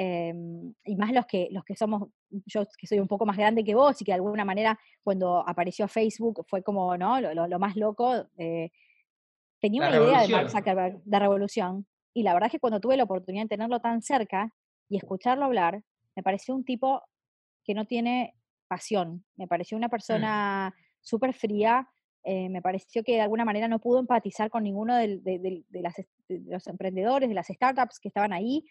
Y más los que somos, yo que soy un poco más grande que vos y que de alguna manera cuando apareció Facebook fue como, ¿no? Lo más loco. Tenía La una idea de Mark revolución. Zuckerberg, de revolución, y la verdad es que cuando tuve la oportunidad de tenerlo tan cerca y escucharlo hablar, me pareció un tipo que no tiene pasión, me pareció una Mm. persona súper fría, me pareció que de alguna manera no pudo empatizar con ninguno de los emprendedores, de las startups que estaban ahí.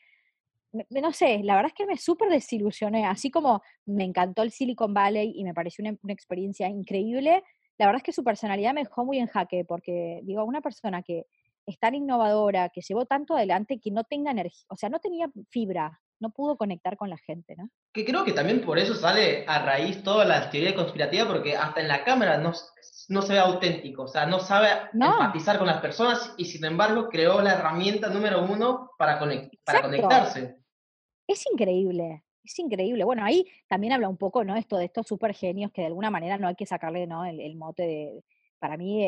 No sé, la verdad es que me súper desilusioné, así como me encantó el Silicon Valley y me pareció una experiencia increíble, la verdad es que su personalidad me dejó muy en jaque, porque digo, una persona que es tan innovadora, que llevó tanto adelante, que no tenga energía, o sea, no tenía fibra, no pudo conectar con la gente, ¿no? Que creo que también por eso sale a raíz toda la teoría conspirativa, porque hasta en la cámara no se ve auténtico, o sea, no sabe No, empatizar con las personas y sin embargo creó la herramienta número uno para exacto, conectarse. es increíble, es increíble. Bueno, ahí también habla un poco, ¿no? Esto de estos super genios que de alguna manera no hay que sacarle, ¿no? El mote para mí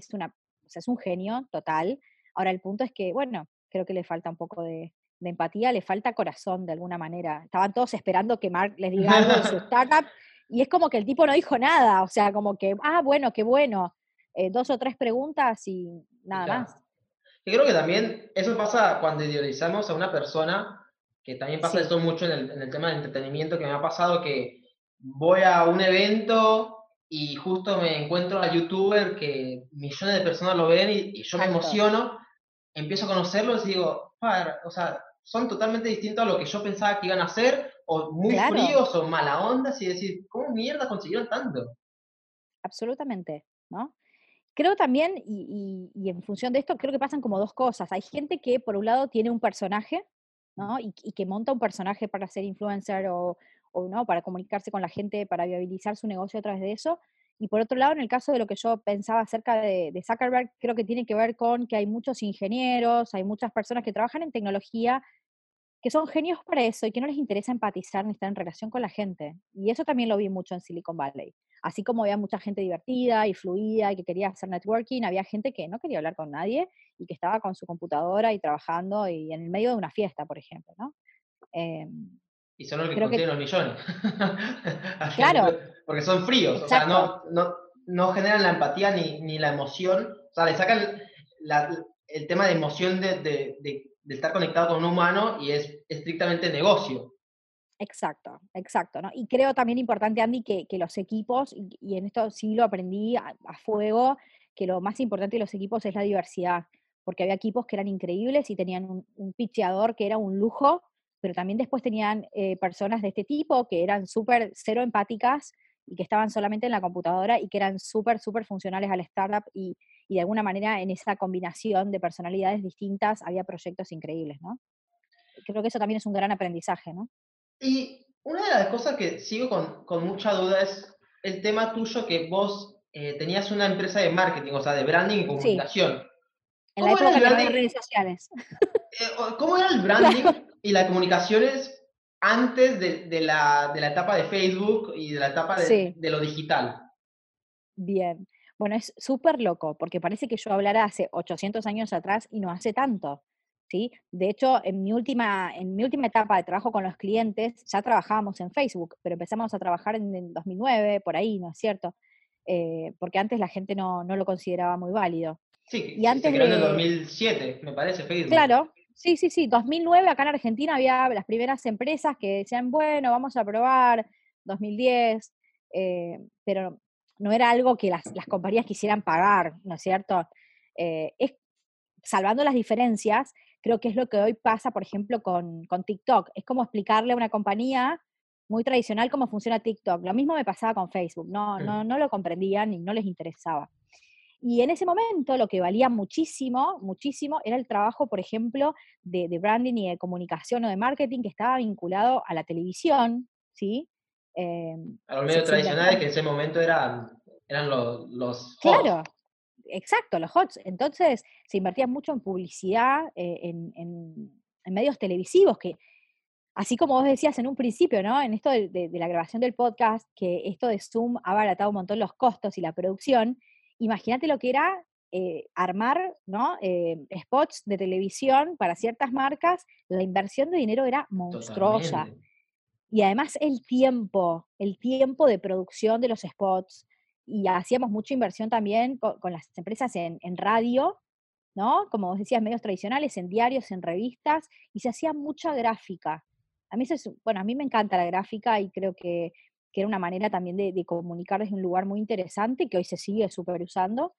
o sea, es un genio total. Ahora el punto es que, bueno, creo que le falta un poco de empatía, le falta corazón de alguna manera. Estaban todos esperando que Mark les diga algo de su startup y es como que el tipo no dijo nada, o sea, como que, bueno, qué bueno. Dos o tres preguntas y Y nada ya. más. Yo creo que también eso pasa cuando idealizamos a una persona, que también pasa Sí, esto mucho en el tema del entretenimiento, que me ha pasado que voy a un evento y justo me encuentro a youtuber que millones de personas lo ven y yo me exacto. emociono, empiezo a conocerlos y digo, "Par, o sea, son totalmente distintos a lo que yo pensaba que iban a hacer, o muy Claro. fríos o mala onda, y decir, ¿cómo mierda consiguieron tanto? Absolutamente, ¿no? Creo también, y en función de esto, creo que pasan como dos cosas. Hay gente que, por un lado, tiene un personaje, ¿no? Y que monta un personaje para ser influencer o no, para comunicarse con la gente, para viabilizar su negocio a través de eso. Y por otro lado, en el caso de lo que yo pensaba acerca de Zuckerberg, creo que tiene que ver con que hay muchos ingenieros, hay muchas personas que trabajan en tecnología que son genios para eso y que no les interesa empatizar ni estar en relación con la gente. Y eso también lo vi mucho en Silicon Valley. Así como había mucha gente divertida y fluida y que quería hacer networking, había gente que no quería hablar con nadie y que estaba con su computadora y trabajando y en el medio de una fiesta, por ejemplo, ¿no? Eh, Y son los que creo que, consiguen los millones. Al final, claro, porque son fríos, o sea, exacto, no generan la empatía ni la emoción, o sea, le sacan el tema de emoción de estar conectado con un humano y es estrictamente negocio. exacto, exacto, ¿no? Y creo también importante, Andy, que los equipos, y en esto sí lo aprendí a fuego, que lo más importante de los equipos es la diversidad, porque había equipos que eran increíbles y tenían un pitcheador que era un lujo, pero también después tenían personas de este tipo que eran súper cero empáticas y que estaban solamente en la computadora y que eran súper, súper funcionales al startup y de alguna manera en esa combinación de personalidades distintas había proyectos increíbles, ¿no? Creo que eso también es un gran aprendizaje, ¿no? Y una de las cosas que sigo con mucha duda es el tema tuyo que vos tenías una empresa de marketing, o sea, de branding y Sí. comunicación. En la ¿Cómo era época el que no había branding? redes sociales. ¿Cómo era el Claro. branding y las comunicaciones antes de la etapa de Facebook y de la etapa Sí, de lo digital? bien. Bueno, es súper loco, porque parece que yo hablara hace 800 años atrás y no hace tanto, ¿sí? De hecho, en mi última etapa de trabajo con los clientes, ya trabajábamos en Facebook, pero empezamos a trabajar en el 2009, por ahí, ¿no es cierto? Porque antes la gente no lo consideraba muy válido. Sí, Y se antes creó en el de, 2007, me parece, Facebook. claro, sí, sí, sí, 2009 acá en Argentina había las primeras empresas que decían, bueno, vamos a probar, 2010, pero no era algo que las compañías quisieran pagar, ¿no es cierto? Es, salvando las diferencias, creo que es lo que hoy pasa, por ejemplo, con TikTok. Es como explicarle a una compañía muy tradicional cómo funciona TikTok. Lo mismo me pasaba con Facebook, Mm. no lo comprendían y no les interesaba. Y en ese momento lo que valía muchísimo, muchísimo, era el trabajo, por ejemplo, de branding y de comunicación o de marketing que estaba vinculado a la televisión, ¿sí? Eh, A los se, medios se invertía, tradicionales que en ese momento eran los hot. claro, exacto, los HOTS. Entonces se invertía mucho en publicidad, en medios televisivos, que así como vos decías en un principio, ¿no? En esto de la grabación del podcast, que esto de Zoom ha abaratado un montón los costos y la producción, imagínate lo que era armar, ¿no? Spots de televisión para ciertas marcas, la inversión de dinero era monstruosa. Totalmente. Y además el tiempo de producción de los spots, y hacíamos mucha inversión también con las empresas en radio, ¿no? Como vos decías, medios tradicionales, en diarios, en revistas, y se hacía mucha gráfica. A mí bueno, a mí me encanta la gráfica y creo que era una manera también de comunicar desde un lugar muy interesante que hoy se sigue súper usando.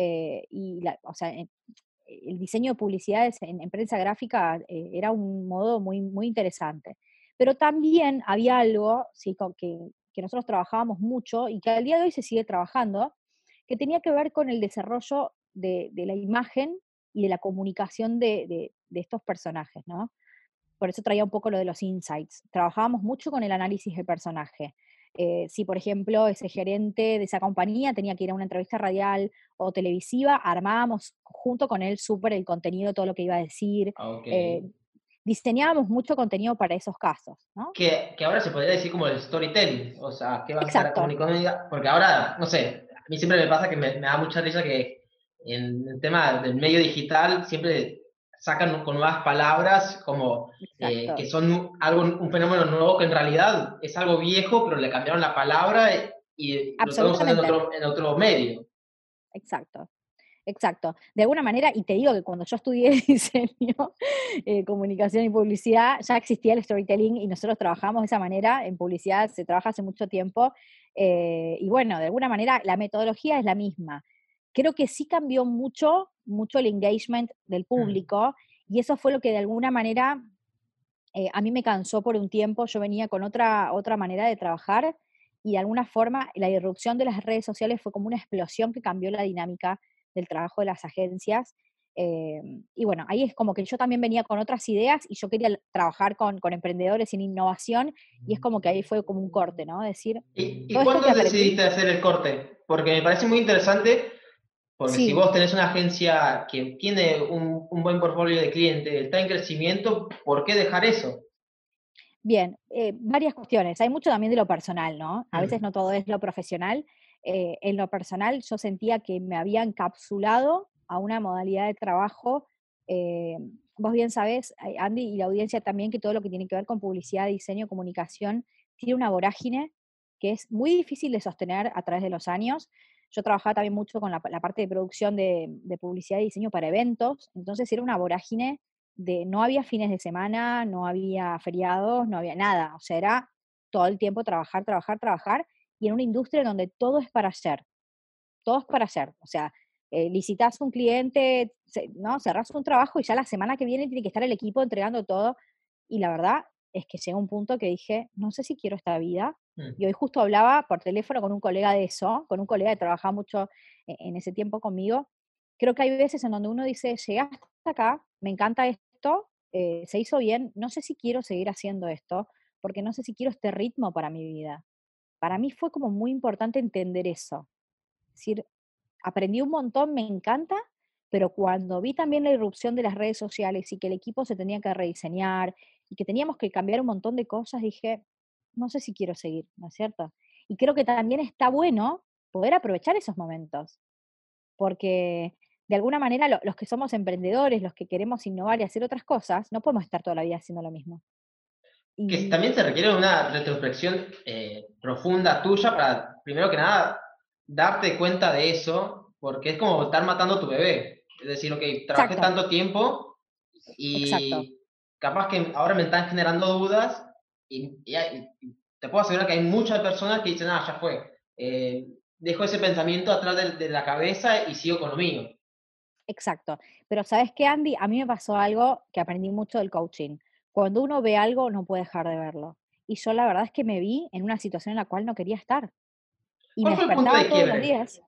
O sea, el diseño de publicidades en prensa gráfica era un modo muy, muy interesante. Pero también había algo, sí, que nosotros trabajábamos mucho y que al día de hoy se sigue trabajando, que tenía que ver con el desarrollo de la imagen y de la comunicación de estos personajes, ¿no? Por eso traía un poco lo de los insights. Trabajábamos mucho con el análisis de personaje. Si, por ejemplo, ese gerente de esa compañía tenía que ir a una entrevista radial o televisiva, armábamos junto con él súper el contenido, todo lo que iba a decir. Ok. eh, Diseñábamos mucho contenido para esos casos, ¿no? Que ahora se podría decir como el storytelling, o sea, ¿qué va a estar Exacto, comunicando? Porque ahora, no sé, a mí siempre me pasa que me da mucha risa que en el tema del medio digital siempre sacan con nuevas palabras como que exacto, son un fenómeno nuevo que en realidad es algo viejo, pero le cambiaron la palabra y lo están usando absolutamente, en otro medio. exacto. Exacto. De alguna manera, y te digo que cuando yo estudié diseño, comunicación y publicidad, ya existía el storytelling y nosotros trabajamos de esa manera. En publicidad se trabaja hace mucho tiempo. Y bueno, de alguna manera la metodología es la misma. Creo que sí cambió mucho, mucho el engagement del Mm. público y eso fue lo que de alguna manera a mí me cansó por un tiempo. Yo venía con otra manera de trabajar y de alguna forma la irrupción de las redes sociales fue como una explosión que cambió la dinámica del trabajo de las agencias. Y bueno, ahí es como que yo también venía con otras ideas y yo quería trabajar con emprendedores en innovación y es como que ahí fue como un corte, ¿no? Decir, ¿Y todo esto que cuándo aprendí, decidiste hacer el corte? Porque me parece muy interesante. Porque si sí, vos tenés una agencia que tiene un buen portfolio de clientes, está en crecimiento, ¿por qué dejar eso? bien, varias cuestiones. Hay mucho también de lo personal, ¿no? A veces Mm. no todo es lo profesional. En lo personal yo sentía que me había encapsulado a una modalidad de trabajo. eh, Vos bien sabés, Andy, y la audiencia también, que todo lo que tiene que ver con publicidad, diseño, comunicación, tiene una vorágine que es muy difícil de sostener a través de los años. Yo trabajaba también mucho con la parte de producción de publicidad y diseño para eventos, entonces era una vorágine no había fines de semana, no había feriados, no había nada, o sea, era todo el tiempo trabajar, trabajar, trabajar, y en una industria donde todo es para hacer, todo es para hacer, o sea, licitas un cliente, ¿no? Cerrás un trabajo y ya la semana que viene tiene que estar el equipo entregando todo, y la verdad es que llegó un punto que dije, no sé si quiero esta vida, y Mm. hoy justo hablaba por teléfono con un colega de eso, con un colega que trabajaba mucho en ese tiempo conmigo. Creo que hay veces en donde uno dice, llegaste hasta acá, me encanta esto, se hizo bien, no sé si quiero seguir haciendo esto, porque no sé si quiero este ritmo para mi vida. Para mí fue como muy importante entender eso. Es decir, aprendí un montón, me encanta, pero cuando vi también la irrupción de las redes sociales y que el equipo se tenía que rediseñar y que teníamos que cambiar un montón de cosas, dije, no sé si quiero seguir, ¿no es cierto? Y creo que también está bueno poder aprovechar esos momentos. porque de alguna manera los que somos emprendedores, los que queremos innovar y hacer otras cosas, no podemos estar toda la vida haciendo lo mismo. Que Y también se requiere una retrospección profunda tuya para, primero que nada, darte cuenta de eso, porque es como estar matando a tu bebé. Es decir, ok, trabajé exacto, tanto tiempo exacto. y capaz que ahora me están generando dudas y te puedo asegurar que hay muchas personas que dicen, ah, ya fue, dejo ese pensamiento atrás de la cabeza y sigo con lo mío. Exacto. Pero ¿sabes qué, Andy? A mí me pasó algo que aprendí mucho del coaching. Cuando uno ve algo, no puede dejar de verlo. Y yo la verdad es que me vi en una situación en la cual no quería estar. Y me ¿Cuál fue el punto despertaba de todos los quiebre? días.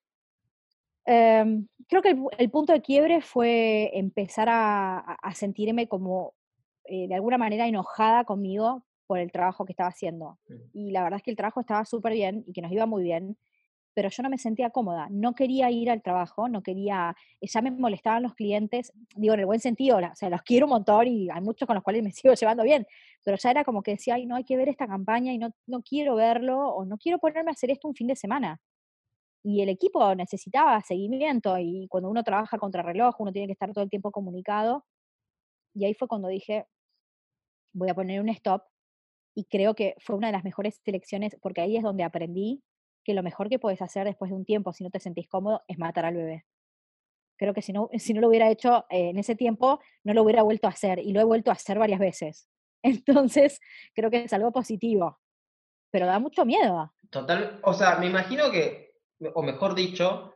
Creo que el punto de quiebre fue empezar a sentirme como, de alguna manera, enojada conmigo por el trabajo que estaba haciendo. Y la verdad es que el trabajo estaba súper bien y que nos iba muy bien, pero yo no me sentía cómoda, no quería ir al trabajo, no quería, ya me molestaban los clientes, digo en el buen sentido, o sea, los quiero un montón y hay muchos con los cuales me sigo llevando bien, pero ya era como que decía, ay, no hay que ver esta campaña y no quiero verlo o no quiero ponerme a hacer esto un fin de semana. Y el equipo necesitaba seguimiento y cuando uno trabaja contra reloj, uno tiene que estar todo el tiempo comunicado. Y ahí fue cuando dije, voy a poner un stop y creo que fue una de las mejores elecciones porque ahí es donde aprendí que lo mejor que puedes hacer después de un tiempo, si no te sentís cómodo, es matar al bebé. Creo que si no, si no lo hubiera hecho en ese tiempo, no lo hubiera vuelto a hacer y lo he vuelto a hacer varias veces. Entonces, creo que es algo positivo, pero da mucho miedo. Total, o sea, me imagino que, o mejor dicho,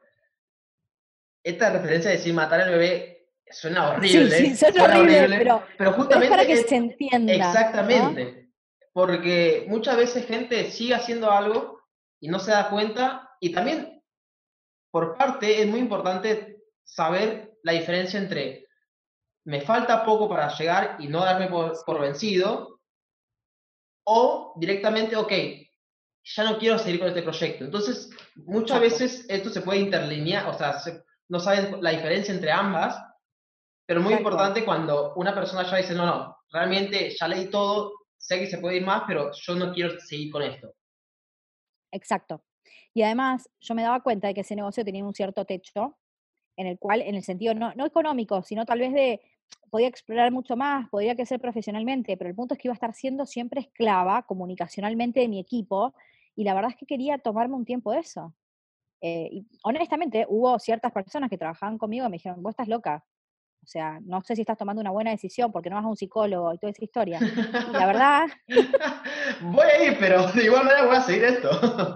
esta referencia de decir matar al bebé Sí, sí, son suena horribles, horrible, pero pero es para justamente que es se entienda, ¿no? exactamente, porque muchas veces gente sigue haciendo algo y no se da cuenta, y también por parte es muy importante saber la diferencia entre me falta poco para llegar y no darme por Sí, vencido, o directamente, ok, ya no quiero seguir con este proyecto. Entonces, muchas exacto, veces esto se puede interlinear, o sea, no saben la diferencia entre ambas, pero muy tal cual, importante cuando una persona ya dice, no, no, realmente ya leí todo, sé que se puede ir más, pero yo no quiero seguir con esto. exacto. Y además, yo me daba cuenta de que ese negocio tenía un cierto techo, en el cual, en el sentido no económico, sino tal vez de, podía explorar mucho más, podría crecer profesionalmente, pero el punto es que iba a estar siendo siempre esclava comunicacionalmente de mi equipo, y la verdad es que quería tomarme un tiempo de eso. Y honestamente, hubo ciertas personas que trabajaban conmigo y me dijeron, vos estás loca, o sea, no sé si estás tomando una buena decisión porque no vas a un psicólogo y toda esa historia. Y la verdad Voy a ir, pero de igual manera voy a seguir esto.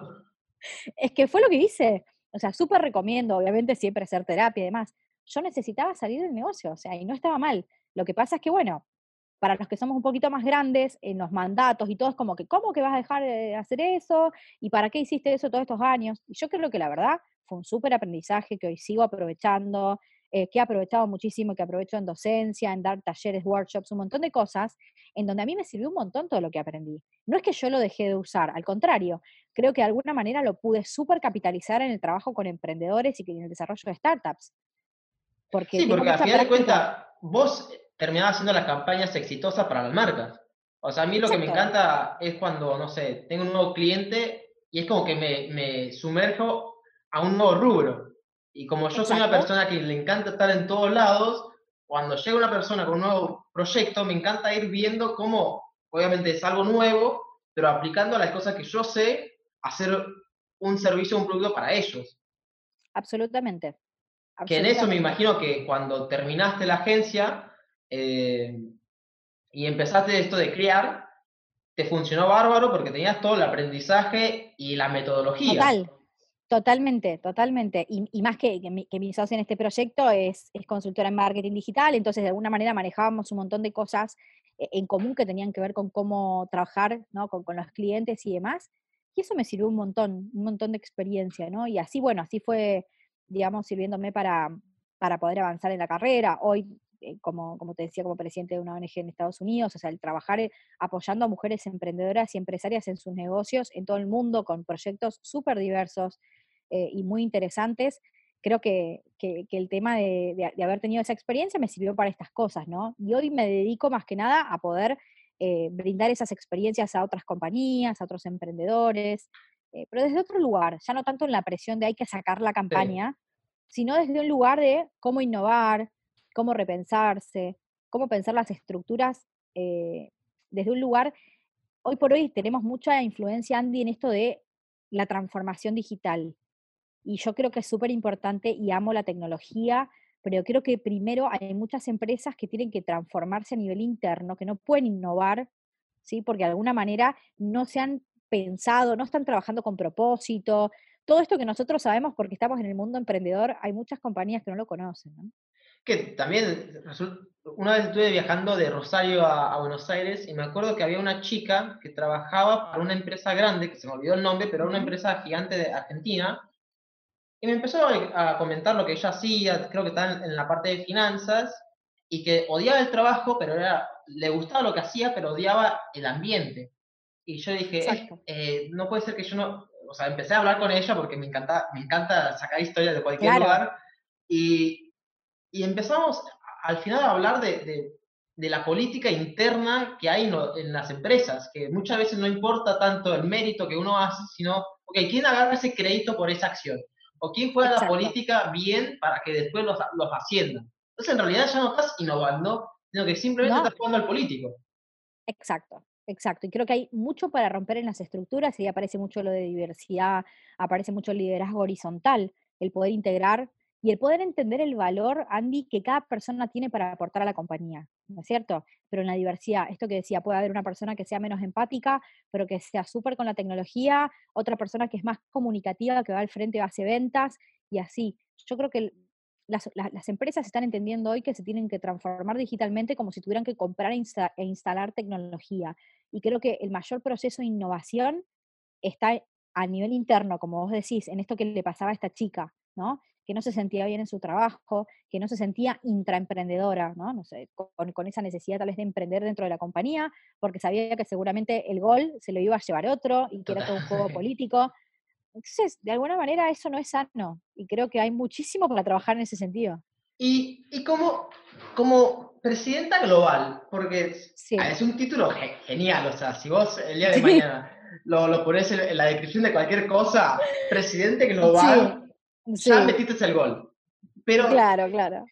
es que fue lo que hice. O sea, súper recomiendo, obviamente, siempre hacer terapia y demás. Yo necesitaba salir del negocio, o sea, y no estaba mal. Lo que pasa es que, bueno, para los que somos un poquito más grandes, en los mandatos y todo, es como que, ¿cómo que vas a dejar de hacer eso? ¿Y para qué hiciste eso todos estos años? Y yo creo que la verdad fue un súper aprendizaje que hoy sigo aprovechando, que he aprovechado muchísimo, que aprovecho en docencia, en dar talleres, workshops, un montón de cosas, en donde a mí me sirvió un montón todo lo que aprendí. No es que yo lo dejé de usar, al contrario, creo que de alguna manera lo pude súper capitalizar en el trabajo con emprendedores y en el desarrollo de startups, porque Sí, tengo porque al mucha final de práctica. cuentas, vos terminás haciendo las campañas exitosas para las marcas. O sea, a mí lo que me Exacto, encanta es cuando, no sé, tengo un nuevo cliente y es como que me sumerjo a un nuevo rubro. Y como yo soy una exacto. persona que le encanta estar en todos lados, cuando llega una persona con un nuevo proyecto, me encanta ir viendo cómo, obviamente es algo nuevo, pero aplicando las cosas que yo sé, hacer un servicio o un producto para ellos. Absolutamente, Que en eso me absolutamente. imagino que cuando terminaste la agencia eh, y empezaste esto de crear, te funcionó bárbaro porque tenías todo el aprendizaje y la metodología. Total, totalmente, totalmente. Y más que mi socio en este proyecto es consultora en marketing digital, entonces de alguna manera manejábamos un montón de cosas en común que tenían que ver con cómo trabajar, ¿no? Con los clientes y demás. Y eso me sirvió un montón de experiencia, ¿no? Y así, bueno, así fue, digamos, sirviéndome para poder avanzar en la carrera. Hoy, como te decía, como presidente de una ONG en Estados Unidos, o sea, el trabajar apoyando a mujeres emprendedoras y empresarias en sus negocios en todo el mundo con proyectos súper diversos y muy interesantes. Creo que el tema de haber tenido esa experiencia me sirvió para estas cosas, ¿no? Y hoy me dedico más que nada a poder brindar esas experiencias a otras compañías, a otros emprendedores, pero desde otro lugar, ya no tanto en la presión de hay que sacar la Sí. campaña, sino desde un lugar de cómo innovar, cómo repensarse, cómo pensar las estructuras desde un lugar. Hoy por hoy tenemos mucha influencia, Andy, en esto de la transformación digital. Y yo creo que es súper importante y amo la tecnología, pero creo que primero hay muchas empresas que tienen que transformarse a nivel interno, que no pueden innovar, ¿sí? Porque de alguna manera no se han pensado, no están trabajando con propósito. Todo esto que nosotros sabemos porque estamos en el mundo emprendedor, hay muchas compañías que no lo conocen, ¿no? Que también, una vez estuve viajando de Rosario a Buenos Aires y me acuerdo que había una chica que trabajaba para una empresa grande, que se me olvidó el nombre, pero era una Ujú. empresa gigante de Argentina, y me empezó a comentar lo que ella hacía, creo que está en la parte de finanzas, y que odiaba el trabajo, pero le gustaba lo que hacía, pero odiaba el ambiente. Y yo dije, Exacto. no puede ser que yo no, o sea, empecé a hablar con ella porque me encanta sacar historias de cualquier Claro, lugar, y, y empezamos al final a hablar de la política interna que hay en las empresas, que muchas veces no importa tanto el mérito que uno hace, sino, ok, ¿quién agarra ese crédito por esa acción? ¿O quién juega la exacto. política bien para que después los asciendan? Entonces, en realidad ya no estás innovando, sino que simplemente estás No, jugando al político. exacto, exacto. Y creo que hay mucho para romper en las estructuras y aparece mucho lo de diversidad, aparece mucho el liderazgo horizontal, el poder integrar y el poder entender el valor, Andy, que cada persona tiene para aportar a la compañía, ¿no es cierto? Pero en la diversidad, esto que decía, puede haber una persona que sea menos empática, pero que sea súper con la tecnología, otra persona que es más comunicativa, que va al frente, hace ventas y así. Yo creo que las empresas están entendiendo hoy que se tienen que transformar digitalmente como si tuvieran que comprar e instalar tecnología. Y creo que el mayor proceso de innovación está a nivel interno, como vos decís, en esto que le pasaba a esta chica, ¿no? Que no se sentía bien en su trabajo, que no se sentía intraemprendedora, ¿no? No sé, con esa necesidad tal vez de emprender dentro de la compañía, porque sabía que seguramente el gol se lo iba a llevar otro y que era Total. todo un juego político. Entonces, de alguna manera eso no es sano y creo que hay muchísimo para trabajar en ese sentido. Y como presidenta global, porque Sí, es un título genial, o sea, si vos el día de sí, mañana lo pones en la descripción de cualquier cosa, presidente sí, global, ya sí, metiste el gol. Pero claro, claro.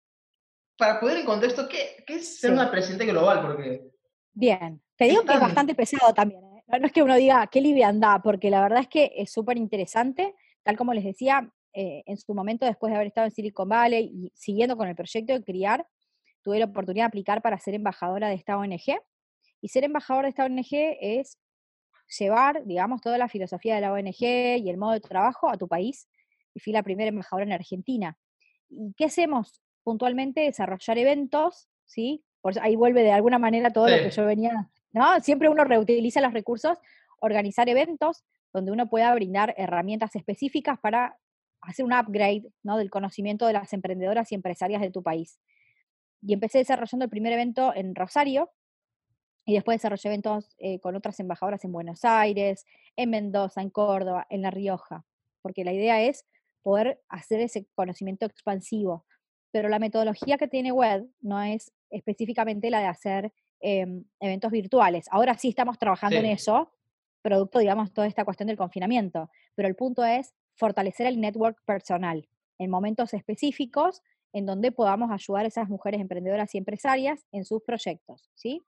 para poner en contexto, ¿qué es ser Sí, una presidenta global? Porque bien. Te digo es que es tan... bastante pesado también, ¿eh? No, no es que uno diga qué liviandad, porque la verdad es que es súper interesante, tal como les decía, en su momento después de haber estado en Silicon Valley y siguiendo con el proyecto de criar, tuve la oportunidad de aplicar para ser embajadora de esta ONG. Y ser embajador de esta ONG es llevar, digamos, toda la filosofía de la ONG y el modo de trabajo a tu país. Y fui la primera embajadora en Argentina. ¿Y qué hacemos? Puntualmente desarrollar eventos, ¿sí? Por eso ahí vuelve de alguna manera todo Sí, lo que yo venía, ¿no? Siempre uno reutiliza los recursos, organizar eventos donde uno pueda brindar herramientas específicas para hacer un upgrade, ¿no? Del conocimiento de las emprendedoras y empresarias de tu país. Y empecé desarrollando el primer evento en Rosario, y después desarrollé eventos con otras embajadoras en Buenos Aires, en Mendoza, en Córdoba, en La Rioja, porque la idea es poder hacer ese conocimiento expansivo. Pero la metodología que tiene Web no es específicamente la de hacer eventos virtuales. Ahora sí estamos trabajando en sí. eso, producto, digamos, toda esta cuestión del confinamiento. Pero el punto es fortalecer el network personal en momentos específicos en donde podamos ayudar a esas mujeres emprendedoras y empresarias en sus proyectos, ¿sí?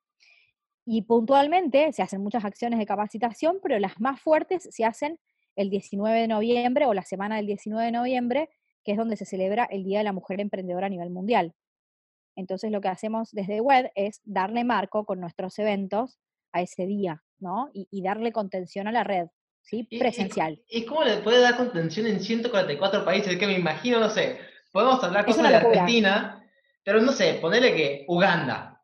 Y puntualmente se hacen muchas acciones de capacitación, pero las más fuertes se hacen el 19 de noviembre o la semana del 19 de noviembre, que es donde se celebra el Día de la Mujer Emprendedora a nivel mundial. Entonces lo que hacemos desde Web es darle marco con nuestros eventos a ese día, ¿no? Y darle contención a la red, ¿sí? Presencial. ¿Y cómo le puede dar contención en 144 países? Que me imagino, no sé, podemos hablar Es cosas una de locura, Argentina, pero no sé, ponele que Uganda.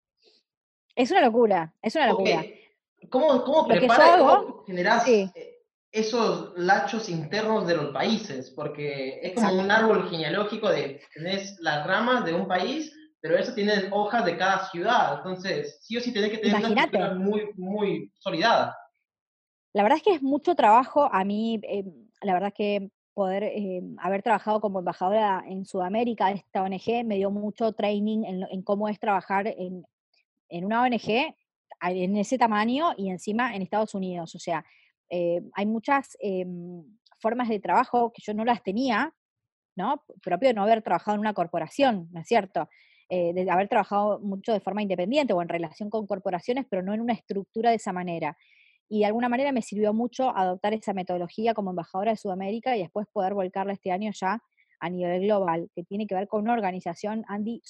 es una locura, es una Ok, locura. ¿cómo Lo que yo prepara, hago, cómo generás sí, esos lachos internos de los países? Porque es como un exacto. árbol genealógico de, tenés las ramas de un país, pero eso tienen hojas de cada ciudad. Entonces, sí o sí tenés que tener una estructura Imagínate. muy, muy solidada. La verdad es que es mucho trabajo. A mí, la verdad es que poder haber trabajado como embajadora en Sudamérica de esta ONG me dio mucho training en cómo es trabajar en una ONG en ese tamaño y encima en Estados Unidos. O sea, hay muchas formas de trabajo que yo no las tenía, ¿no? Propio de no haber trabajado en una corporación, ¿no es cierto? De haber trabajado mucho de forma independiente o en relación con corporaciones, pero no en una estructura de esa manera. Y de alguna manera me sirvió mucho adoptar esa metodología como embajadora de Sudamérica y después poder volcarla este año ya a nivel global, que tiene que ver con una organización, Andy,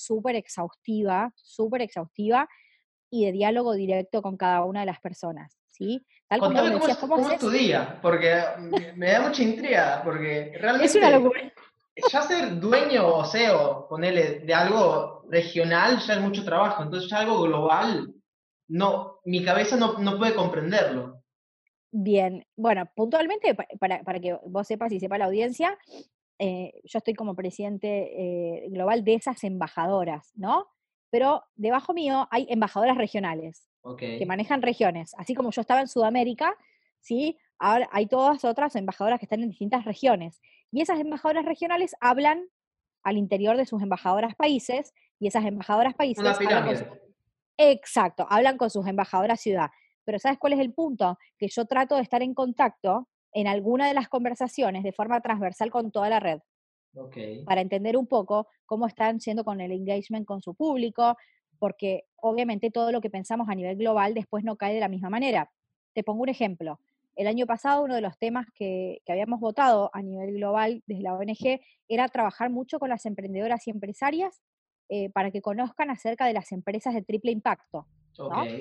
súper exhaustiva y de diálogo directo con cada una de las personas, ¿sí? Tal como vos Contame decías, ¿cómo cómo es tu haces? día, porque me da mucha intriga, porque Es una realmente locura. ya ser dueño o CEO, ponele, de algo regional ya es mucho trabajo, entonces ya algo global, no, mi cabeza no puede comprenderlo. Bien, bueno, puntualmente, para que vos sepas y sepa la audiencia, yo estoy como presidente global de esas embajadoras, ¿no? Pero debajo mío hay embajadoras regionales Ok. que manejan regiones. Así como yo estaba en Sudamérica, ¿sí? Ahora hay todas otras embajadoras que están en distintas regiones. Y esas embajadoras regionales hablan al interior de sus embajadoras países y esas embajadoras Una países hablan con sus. pirámide. Exacto, hablan con sus embajadoras ciudad. Pero ¿sabes cuál es el punto? Que yo trato de estar en contacto en alguna de las conversaciones de forma transversal con toda la red, Ok. para entender un poco cómo están siendo con el engagement con su público, porque obviamente todo lo que pensamos a nivel global después no cae de la misma manera. Te pongo un ejemplo. El año pasado uno de los temas que habíamos votado a nivel global desde la ONG era trabajar mucho con las emprendedoras y empresarias para que conozcan acerca de las empresas de triple impacto, Ok. ¿no?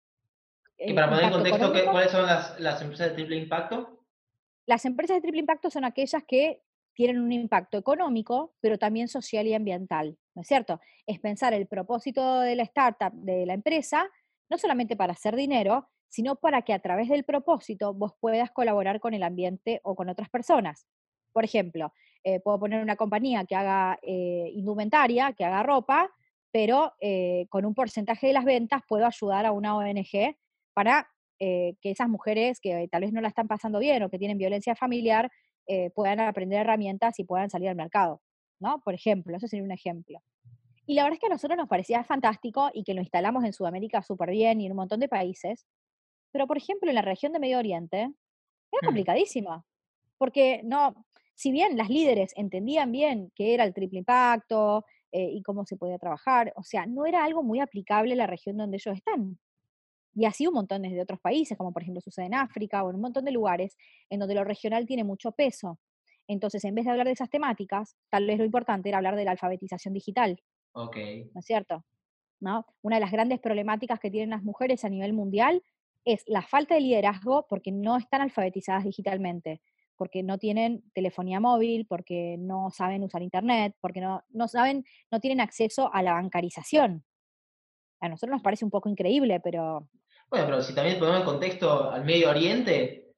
Y para poner en Impacto contexto, económico. ¿cuáles son las empresas de triple impacto? Las empresas de triple impacto son aquellas que tienen un impacto económico, pero también social y ambiental, ¿no es cierto? Es pensar el propósito de la startup, de la empresa, no solamente para hacer dinero, sino para que a través del propósito vos puedas colaborar con el ambiente o con otras personas. Por ejemplo, puedo poner una compañía que haga indumentaria, que haga ropa, pero con un porcentaje de las ventas puedo ayudar a una ONG para que esas mujeres que tal vez no la están pasando bien o que tienen violencia familiar puedan aprender herramientas y puedan salir al mercado, ¿no? Por ejemplo, eso sería un ejemplo. Y la verdad es que a nosotros nos parecía fantástico y que lo instalamos en Sudamérica súper bien y en un montón de países, pero por ejemplo en la región de Medio Oriente era Hmm. complicadísimo, porque no, si bien las líderes entendían bien qué era el triple impacto y cómo se podía trabajar, o sea, no era algo muy aplicable en la región donde ellos están. Y así un montón de otros países, como por ejemplo sucede en África o en un montón de lugares en donde lo regional tiene mucho peso. Entonces, en vez de hablar de esas temáticas, tal vez lo importante era hablar de la alfabetización digital, Ok. ¿no es cierto? ¿No? Una de las grandes problemáticas que tienen las mujeres a nivel mundial es la falta de liderazgo porque no están alfabetizadas digitalmente, porque no tienen telefonía móvil, porque no saben usar internet, porque no saben, no tienen acceso a la bancarización. A nosotros nos parece un poco increíble, pero Bueno, pero si también ponemos en contexto al Medio Oriente,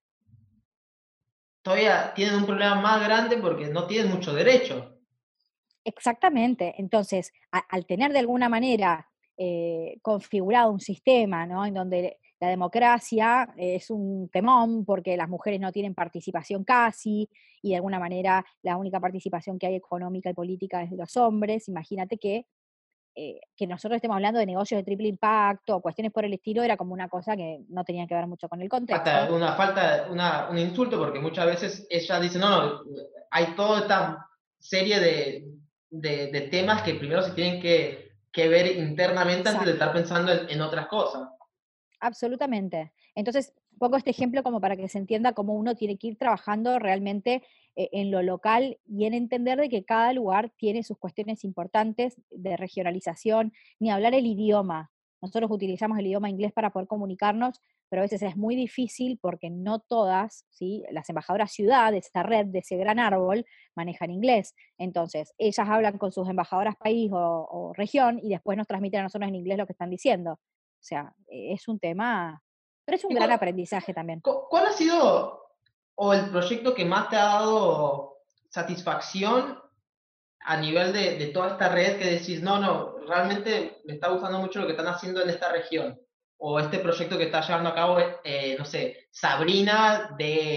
todavía tienen un problema más grande porque no tienen mucho derecho. exactamente. Entonces, al tener de alguna manera configurado un sistema, ¿no? En donde la democracia es un temón porque las mujeres no tienen participación casi y de alguna manera la única participación que hay económica y política es de los hombres, imagínate que nosotros estemos hablando de negocios de triple impacto o cuestiones por el estilo era como una cosa que no tenía que ver mucho con el Hasta contexto. un insulto, porque muchas veces ella dice, no, hay toda esta serie de temas que primero se tienen que ver internamente antes de estar Exacto. pensando en otras cosas. Absolutamente. Entonces, pongo este ejemplo como para que se entienda cómo uno tiene que ir trabajando realmente en lo local y en entender de que cada lugar tiene sus cuestiones importantes de regionalización, ni hablar el idioma. Nosotros utilizamos el idioma inglés para poder comunicarnos, pero a veces es muy difícil porque no todas, ¿sí? Las embajadoras ciudad de esta red, de ese gran árbol, manejan inglés. Entonces, ellas hablan con sus embajadoras país o región y después nos transmiten a nosotros en inglés lo que están diciendo. O sea, es un tema, pero es un ¿Y gran aprendizaje también. cuál ha sido o el proyecto que más te ha dado satisfacción a nivel de toda esta red que decís, no, realmente me está gustando mucho lo que están haciendo en esta región? O este proyecto que está llevando a cabo, no sé, Sabrina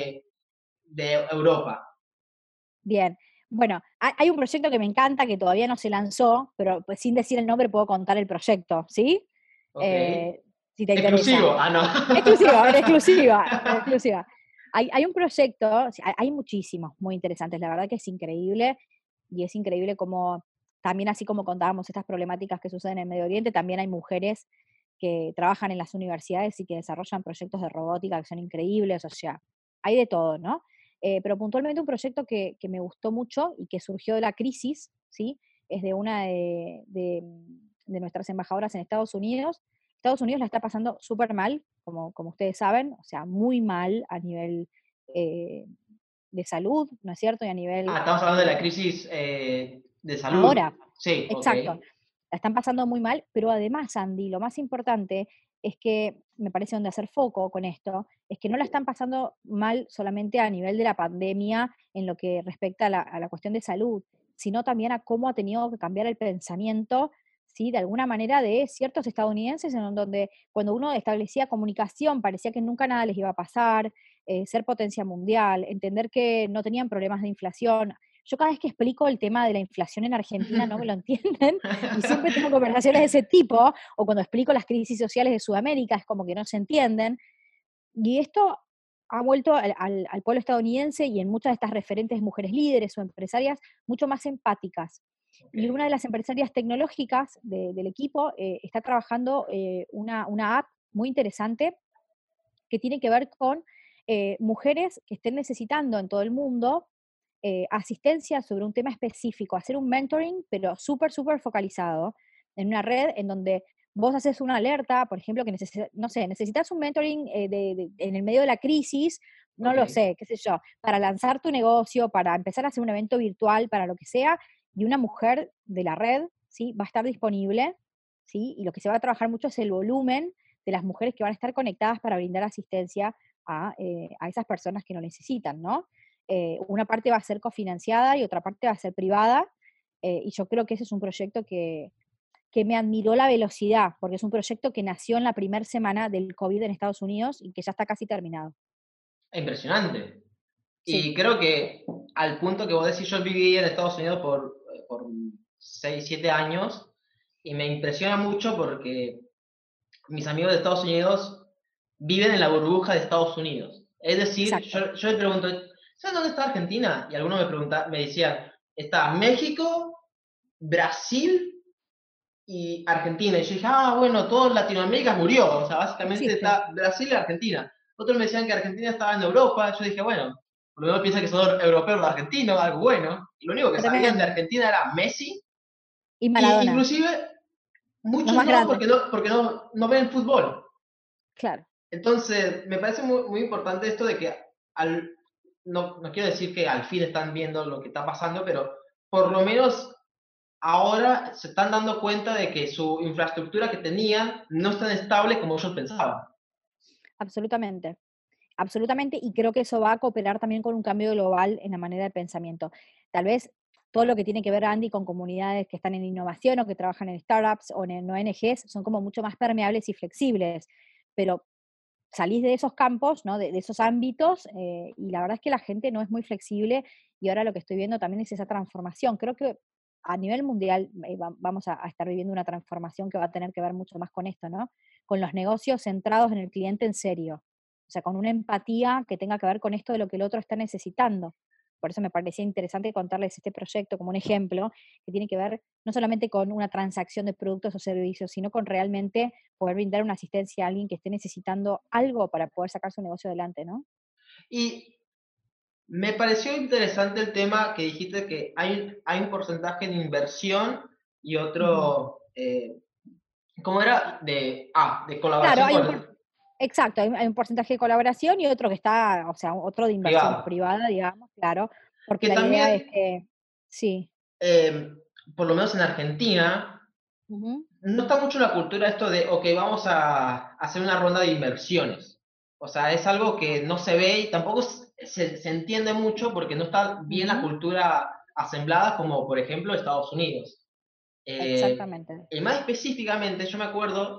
de Europa. Bien. Bueno, hay un proyecto que me encanta que todavía no se lanzó, pero pues sin decir el nombre puedo contar el proyecto, ¿sí? Ok. Eh, si te interesa. Exclusivo. Ah, no. Exclusiva, en exclusiva, en exclusiva. Hay un proyecto, sí, hay muchísimos muy interesantes, la verdad que es increíble. y es increíble como también así como contábamos estas problemáticas que suceden en Medio Oriente, también hay mujeres que trabajan en las universidades y que desarrollan proyectos de robótica que son increíbles, o sea, hay de todo, ¿no? Pero puntualmente un proyecto que me gustó mucho y que surgió de la crisis, ¿sí? Es de una de nuestras embajadoras en Estados Unidos. Estados Unidos la está pasando súper mal, como ustedes saben, o sea, muy mal a nivel eh, de salud, ¿no es cierto? Y a nivel Estamos hablando de la eh, crisis de salud. ahora, Sí, ok. exacto, la están pasando muy mal, pero además, Andy, lo más importante es que, me parece donde hacer foco con esto, es que no la están pasando mal solamente a nivel de la pandemia en lo que respecta a la cuestión de salud, sino también a cómo ha tenido que cambiar el pensamiento, ¿sí? De alguna manera de ciertos estadounidenses en donde cuando uno establecía comunicación parecía que nunca nada les iba a pasar, ser potencia mundial, entender que no tenían problemas de inflación. Yo cada vez que explico el tema de la inflación en Argentina no me lo entienden y siempre tengo conversaciones de ese tipo, o cuando explico las crisis sociales de Sudamérica es como que no se entienden. Y esto ha vuelto al pueblo estadounidense y en muchas de estas referentes mujeres líderes o empresarias mucho más empáticas. Ok. Y una de las empresarias tecnológicas del equipo está trabajando una app muy interesante que tiene que ver con mujeres que estén necesitando en todo el mundo asistencia sobre un tema específico, hacer un mentoring, pero súper, súper focalizado en una red en donde vos haces una alerta, por ejemplo, que no sé, necesitas un mentoring en el medio de la crisis, no Ok. lo sé, qué sé yo, para lanzar tu negocio, para empezar a hacer un evento virtual, para lo que sea, y una mujer de la red, ¿sí? Va a estar disponible, ¿sí? Y lo que se va a trabajar mucho es el volumen de las mujeres que van a estar conectadas para brindar asistencia a esas personas que lo necesitan, ¿no? Una parte va a ser cofinanciada y otra parte va a ser privada, y yo creo que ese es un proyecto que me admiró la velocidad, porque es un proyecto que nació en la primera semana del COVID en Estados Unidos y que ya está casi terminado. Impresionante. Sí, Y creo que al punto que vos decís, yo viví en Estados Unidos por 6 7 años y me impresiona mucho porque mis amigos de Estados Unidos viven en la burbuja de Estados Unidos. Es decir, exacto. yo les pregunto, ¿sabes dónde está Argentina? Y algunos me decían, está México, Brasil y Argentina. Y yo dije, bueno, todo Latinoamérica murió. O sea, No básicamente existe. está Brasil y Argentina. Otros me decían que Argentina estaba en Europa. Yo dije, bueno, por lo menos piensa que son europeos los argentinos, algo bueno. Y lo único que sabían de Tremendo. Argentina era Messi. Y Y Maradona, inclusive los muchos más no, grandes. porque no ven fútbol. Claro. Entonces, me parece muy, muy importante esto de que al, no quiero decir que al fin están viendo lo que está pasando, pero por lo menos ahora se están dando cuenta de que su infraestructura que tenían no es tan estable como ellos pensaban. Absolutamente. Absolutamente, y creo que eso va a cooperar también con un cambio global en la manera de pensamiento. Tal vez todo lo que tiene que ver, Andy, con comunidades que están en innovación o que trabajan en startups o en ONGs son como mucho más permeables y flexibles, pero salís de esos campos, ¿no? De esos ámbitos, y la verdad es que la gente no es muy flexible y ahora lo que estoy viendo también es esa transformación. Creo que a nivel mundial vamos a estar viviendo una transformación que va a tener que ver mucho más con esto, ¿no? Con los negocios centrados en el cliente en serio. O sea, con una empatía que tenga que ver con esto de lo que el otro está necesitando. Por eso me parecía interesante contarles este proyecto como un ejemplo que tiene que ver no solamente con una transacción de productos o servicios, sino con realmente poder brindar una asistencia a alguien que esté necesitando algo para poder sacar su negocio adelante, ¿no? Y me pareció interesante el tema que dijiste que hay un porcentaje de inversión y Ujú. otro, ¿cómo era? De Claro, colaboración hay con un el exacto, hay un porcentaje de colaboración y otro que está, o sea, otro de inversión privado. privada, digamos, claro, porque Que la idea es también, que, sí. por lo menos en Argentina, Ujú. no está mucho la cultura esto de, ok, vamos a hacer una ronda de inversiones. O sea, es algo que no se ve y tampoco se entiende mucho porque no está bien la Ujú. cultura asemblada como, por ejemplo, Estados Unidos. Exactamente. Y más específicamente, yo me acuerdo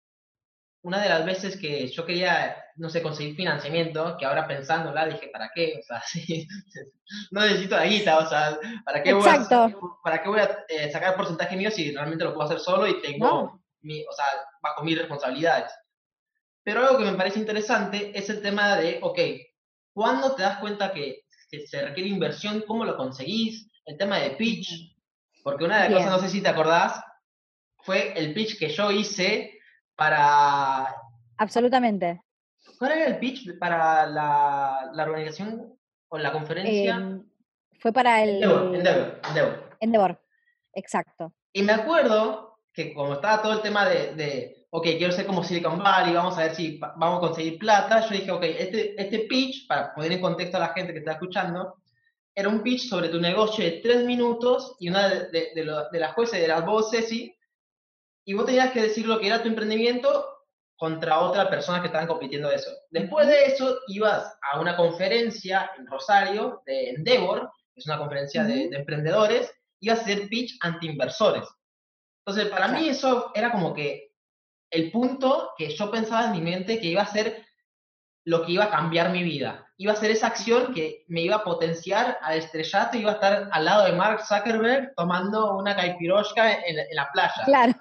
una de las veces que yo quería, no sé, conseguir financiamiento, que ahora pensándola dije, ¿para qué? O sea, sí, no necesito la guita, o sea, Exacto, para qué voy a sacar porcentaje mío si realmente lo puedo hacer solo y ¿no? tengo, o sea, bajo mis responsabilidades? Pero algo que me parece interesante es el tema de, ok, ¿cuándo te das cuenta que se requiere inversión? ¿Cómo lo conseguís? el tema de Ujú. pitch, porque una de las cosas, no Bien, sé si te acordás, fue el pitch que yo hice para... absolutamente. ¿Cuál era el pitch para la organización o la conferencia? Em, Fue para Endeavor, el Endeavor, Endeavor. Endeavor, exacto. Y me acuerdo que como estaba todo el tema ok, quiero ser como Silicon Valley, vamos a ver si vamos a conseguir plata, yo dije, ok, este pitch, para poner en contexto a la gente que está escuchando, era un pitch sobre tu negocio de 3 minutos y una de las jueces de las voces, ¿sí? Y vos tenías que decir lo que era tu emprendimiento contra otra persona que estaban compitiendo de eso. Después Ujú, de eso, ibas a una conferencia en Rosario de Endeavor, que es una conferencia de ujú, emprendedores, ibas a hacer pitch ante inversores. Entonces, para mí claro, eso era como que el punto que yo pensaba en mi mente que iba a ser lo que iba a cambiar mi vida. Iba a ser esa acción ujú, que me iba a potenciar al estrellato, iba a estar al lado de Mark Zuckerberg tomando una caipirosca en la playa. claro,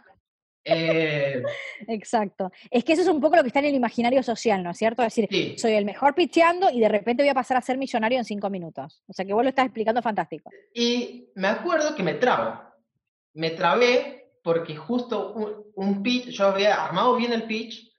Eh, exacto. Es que eso es un poco lo que está en el imaginario social, ¿no es cierto? Es decir, soy sí, el mejor pitcheando y de repente voy a pasar a ser millonario en 5 minutos. O sea que vos lo estás explicando fantástico. y me acuerdo que me trabo. Me trabé porque justo un pitch, yo había armado bien el pitch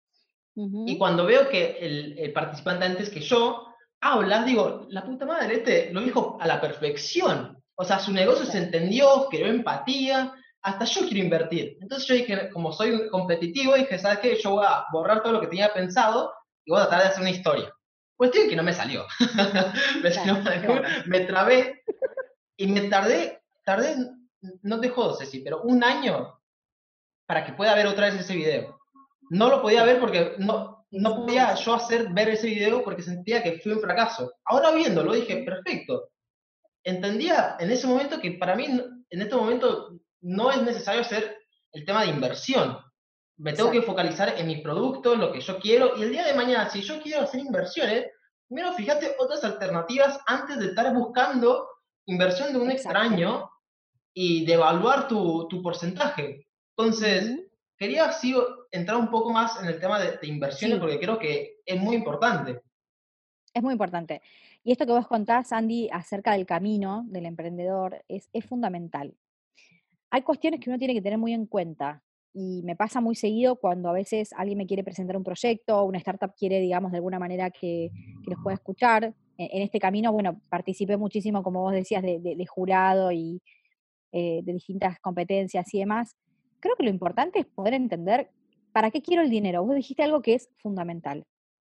y Ujú, cuando veo que el participante antes que yo habla, digo, la puta madre, este lo dijo a la perfección. O sea, su negocio se claro, entendió, creó empatía, hasta yo quiero invertir. Entonces yo dije, como soy un competitivo, dije, ¿sabes qué? Yo voy a borrar todo lo que tenía pensado y voy a tratar de hacer una historia. Cuestión que no me salió. me, claro, salió mal. claro. Me trabé y me tardé, no te jodo, Ceci, pero un año para que pueda ver otra vez ese video. No lo podía Sí, ver porque sí, no sí, sí, podía sí. yo hacer ver ese video porque sentía que fue un fracaso. Ahora viéndolo dije, Ujú, perfecto. Entendía en ese momento que para mí en este momento no es necesario hacer el tema de inversión. Me tengo que exacto, focalizar en mi producto, en lo que yo quiero, y el día de mañana, si yo quiero hacer inversiones, primero fíjate otras alternativas antes de estar buscando inversión de un exacto. extraño y de evaluar tu porcentaje. Entonces, Ujú, quería así entrar un poco más en el tema de inversiones sí, porque creo que es muy importante. es muy importante. Y esto que vos contás, Andy, acerca del camino del emprendedor, es fundamental. Hay cuestiones que uno tiene que tener muy en cuenta y me pasa muy seguido cuando a veces alguien me quiere presentar un proyecto o una startup quiere, digamos, de alguna manera que los pueda escuchar. En este camino, bueno, participé muchísimo, como vos decías, de jurado y de distintas competencias y demás. Creo que lo importante es poder entender para qué quiero el dinero. Vos dijiste algo que es fundamental.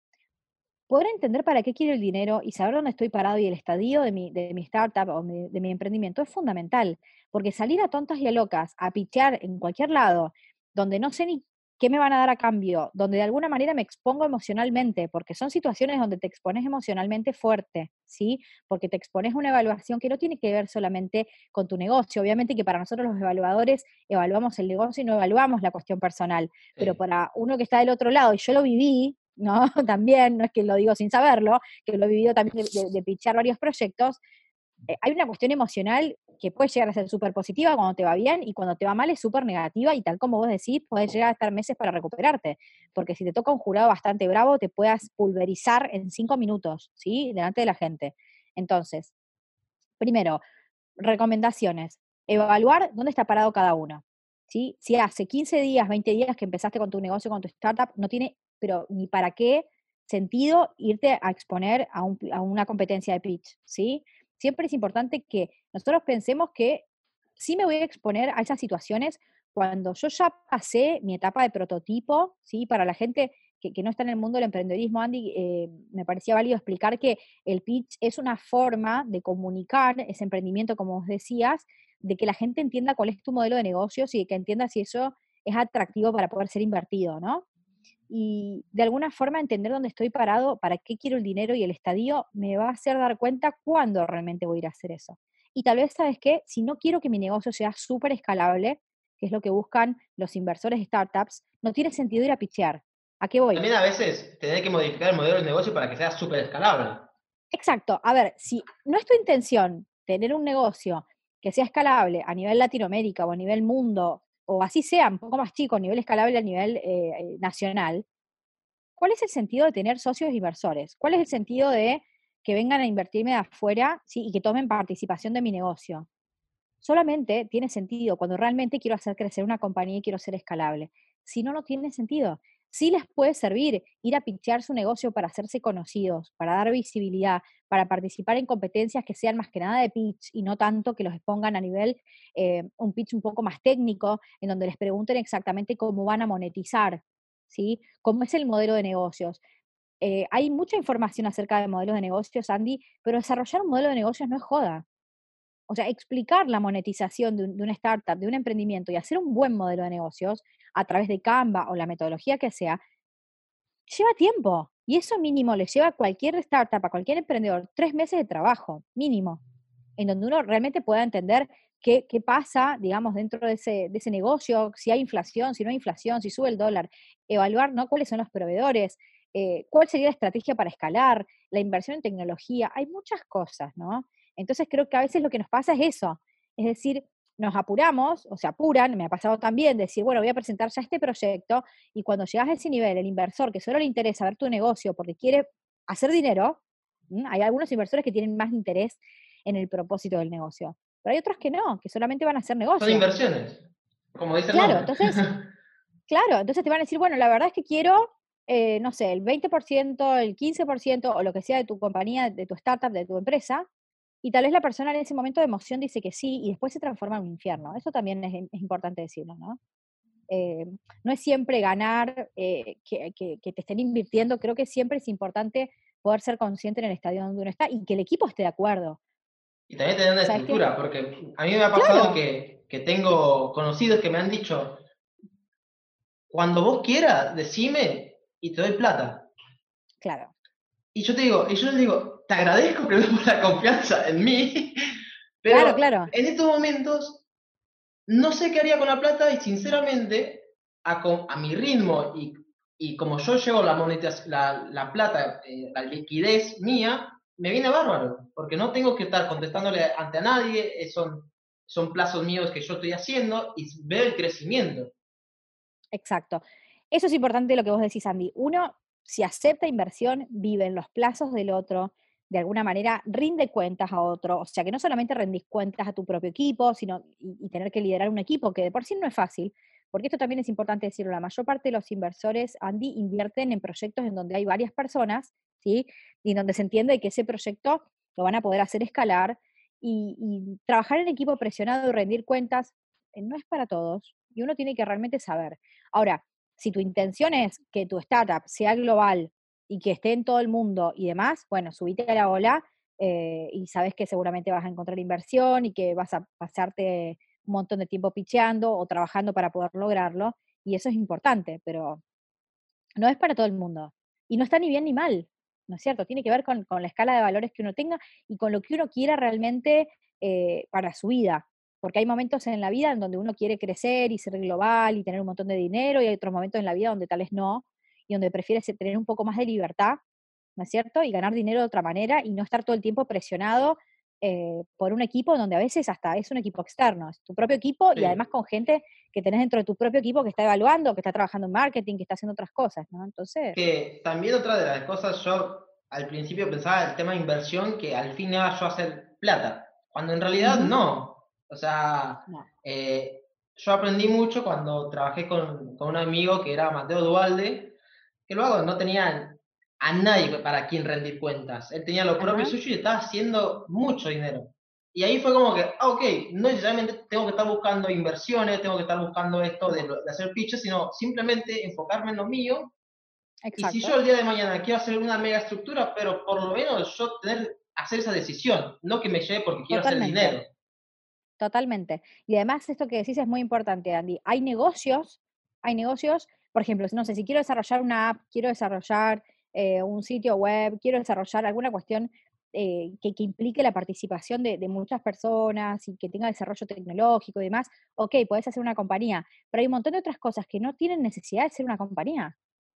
Poder entender para qué quiero el dinero y saber dónde estoy parado y el estadio de mi startup o de mi emprendimiento es fundamental, porque salir a tontas y a locas, a pichear en cualquier lado, donde no sé ni qué me van a dar a cambio, donde de alguna manera me expongo emocionalmente, porque son situaciones donde te expones emocionalmente fuerte, ¿sí? Porque te expones a una evaluación que no tiene que ver solamente con tu negocio. Obviamente que para nosotros los evaluadores evaluamos el negocio y no evaluamos la cuestión personal, pero Sí, para uno que está del otro lado, y yo lo viví, ¿no? También, no es que lo digo sin saberlo, que lo he vivido también de pitchar varios proyectos, hay una cuestión emocional que puede llegar a ser súper positiva cuando te va bien y cuando te va mal es súper negativa y tal como vos decís, puedes llegar a estar meses para recuperarte, porque si te toca un jurado bastante bravo, te puedas pulverizar en 5 minutos, ¿sí? Delante de la gente. Entonces, primero, recomendaciones. Evaluar dónde está parado cada uno. ¿Sí? Si hace 15 días, 20 días que empezaste con tu negocio, con tu startup, no tiene, pero ni para qué sentido irte a exponer a una competencia de pitch. ¿Sí? Siempre es importante que nosotros pensemos que sí me voy a exponer a esas situaciones cuando yo ya pasé mi etapa de prototipo, ¿sí? Para la gente que no está en el mundo del emprendedorismo, Andy, me parecía válido explicar que el pitch es una forma de comunicar ese emprendimiento, como vos decías, de que la gente entienda cuál es tu modelo de negocios y que entienda si eso es atractivo para poder ser invertido, ¿no? Y de alguna forma entender dónde estoy parado, para qué quiero el dinero y el estadio, me va a hacer dar cuenta cuándo realmente voy a ir a hacer eso. Y tal vez, ¿sabes qué? Si no quiero que mi negocio sea súper escalable, que es lo que buscan los inversores de startups, no tiene sentido ir a pichear. ¿A qué voy? también a veces tener que modificar el modelo de negocio para que sea súper escalable. Exacto. A ver, si no es tu intención tener un negocio que sea escalable a nivel Latinoamérica o a nivel mundo, o así sea, un poco más chico, a nivel escalable a nivel nacional, ¿cuál es el sentido de tener socios inversores? ¿Cuál es el sentido de que vengan a invertirme de afuera, ¿sí? Y que tomen participación de mi negocio. Solamente tiene sentido cuando realmente quiero hacer crecer una compañía y quiero ser escalable. Si no, no tiene sentido. Sí les puede servir ir a pitchear su negocio para hacerse conocidos, para dar visibilidad, para participar en competencias que sean más que nada de pitch y no tanto que los expongan a nivel, un pitch un poco más técnico, en donde les pregunten exactamente cómo van a monetizar, ¿sí? Cómo es el modelo de negocios. Hay mucha información acerca de modelos de negocios, Andy, pero desarrollar un modelo de negocios no es joda. O sea, explicar la monetización de una startup, de un emprendimiento y hacer un buen modelo de negocios a través de Canva o la metodología que sea, lleva tiempo. Y eso mínimo le lleva a cualquier startup, a cualquier emprendedor, 3 meses de trabajo, mínimo, en donde uno realmente pueda entender qué pasa, digamos, dentro de ese negocio, si hay inflación, si no hay inflación, si sube el dólar, evaluar, ¿no?, cuáles son los proveedores, cuál sería la estrategia para escalar, la inversión en tecnología, hay muchas cosas, ¿no? Entonces creo que a veces lo que nos pasa es eso, es decir, nos apuramos, o se apuran, me ha pasado también, decir, bueno, voy a presentar ya este proyecto, y cuando llegas a ese nivel, el inversor que solo le interesa ver tu negocio porque quiere hacer dinero, hay algunos inversores que tienen más interés en el propósito del negocio, pero hay otros que no, que solamente van a hacer Son negocio. inversiones, como dice el Claro, nombre. entonces, claro, entonces te van a decir, bueno, la verdad es que quiero, no sé, el 20%, el 15% o lo que sea de tu compañía, de tu startup, de tu empresa, y tal vez la persona en ese momento de emoción dice que sí y después se transforma en un infierno. Eso también es importante decirlo, ¿no? Eh, no es siempre ganar, que te estén invirtiendo, creo que siempre es importante poder ser consciente en el estadio donde uno está y que el equipo esté de acuerdo. Y también tener una ¿Sabes qué? estructura, porque a mí me ha pasado Claro, que tengo conocidos que me han dicho, cuando vos quieras, decime y te doy plata. claro, Y yo te digo, y yo les digo, te agradezco primero por la confianza en mí, claro, pero claro, en estos momentos no sé qué haría con la plata y sinceramente, a mi ritmo y como yo llevo la plata, la liquidez mía, me viene bárbaro, porque no tengo que estar contestándole ante a nadie, son plazos míos que yo estoy haciendo y veo el crecimiento. exacto. Eso es importante lo que vos decís, Andy. Uno, si acepta inversión, vive en los plazos del otro, de alguna manera rinde cuentas a otro, o sea que no solamente rendís cuentas a tu propio equipo, sino y tener que liderar un equipo, que de por sí no es fácil, porque esto también es importante decirlo, la mayor parte de los inversores, Andy, invierten en proyectos en donde hay varias personas, ¿sí? Y en donde se entiende que ese proyecto lo van a poder hacer escalar y trabajar en equipo presionado y rendir cuentas, no es para todos, y uno tiene que realmente saber. Ahora, si tu intención es que tu startup sea global y que esté en todo el mundo y demás, bueno, subite a la ola, y sabes que seguramente vas a encontrar inversión y que vas a pasarte un montón de tiempo picheando o trabajando para poder lograrlo, y eso es importante, pero no es para todo el mundo. Y no está ni bien ni mal, ¿no es cierto? Tiene que ver con la escala de valores que uno tenga y con lo que uno quiera realmente, para su vida. Porque hay momentos en la vida en donde uno quiere crecer y ser global y tener un montón de dinero, y hay otros momentos en la vida donde tal vez no, y donde prefieres tener un poco más de libertad, ¿no es cierto? Y ganar dinero de otra manera y no estar todo el tiempo presionado, por un equipo donde a veces hasta es un equipo externo, es tu propio equipo y además Sí. con gente que tenés dentro de tu propio equipo que está evaluando, que está trabajando en marketing, que está haciendo otras cosas, ¿no? Entonces, Que también otra de las cosas, yo al principio pensaba el tema de inversión, que al fin iba yo a hacer plata, cuando en realidad ujú, no. O sea, no, yo aprendí mucho cuando trabajé con un amigo que era Mateo Duvalde, que luego no tenía a nadie para quien rendir cuentas. Él tenía lo propio ajá, suyo y estaba haciendo mucho dinero. Y ahí fue como que, ok, no necesariamente tengo que estar buscando inversiones, tengo que estar buscando esto no, de hacer pitches, sino simplemente enfocarme en lo mío y si yo exacto, el día de mañana quiero hacer una mega estructura, pero por lo menos yo hacer esa decisión, no que me lleve porque quiero hacer totalmente, dinero. totalmente. Y además esto que decís es muy importante, Andy. Hay negocios, por ejemplo, no sé, si quiero desarrollar una app, quiero desarrollar, un sitio web, quiero desarrollar alguna cuestión, que implique la participación de muchas personas y que tenga desarrollo tecnológico y demás, ok, podés hacer una compañía, pero hay un montón de otras cosas que no tienen necesidad de ser una compañía.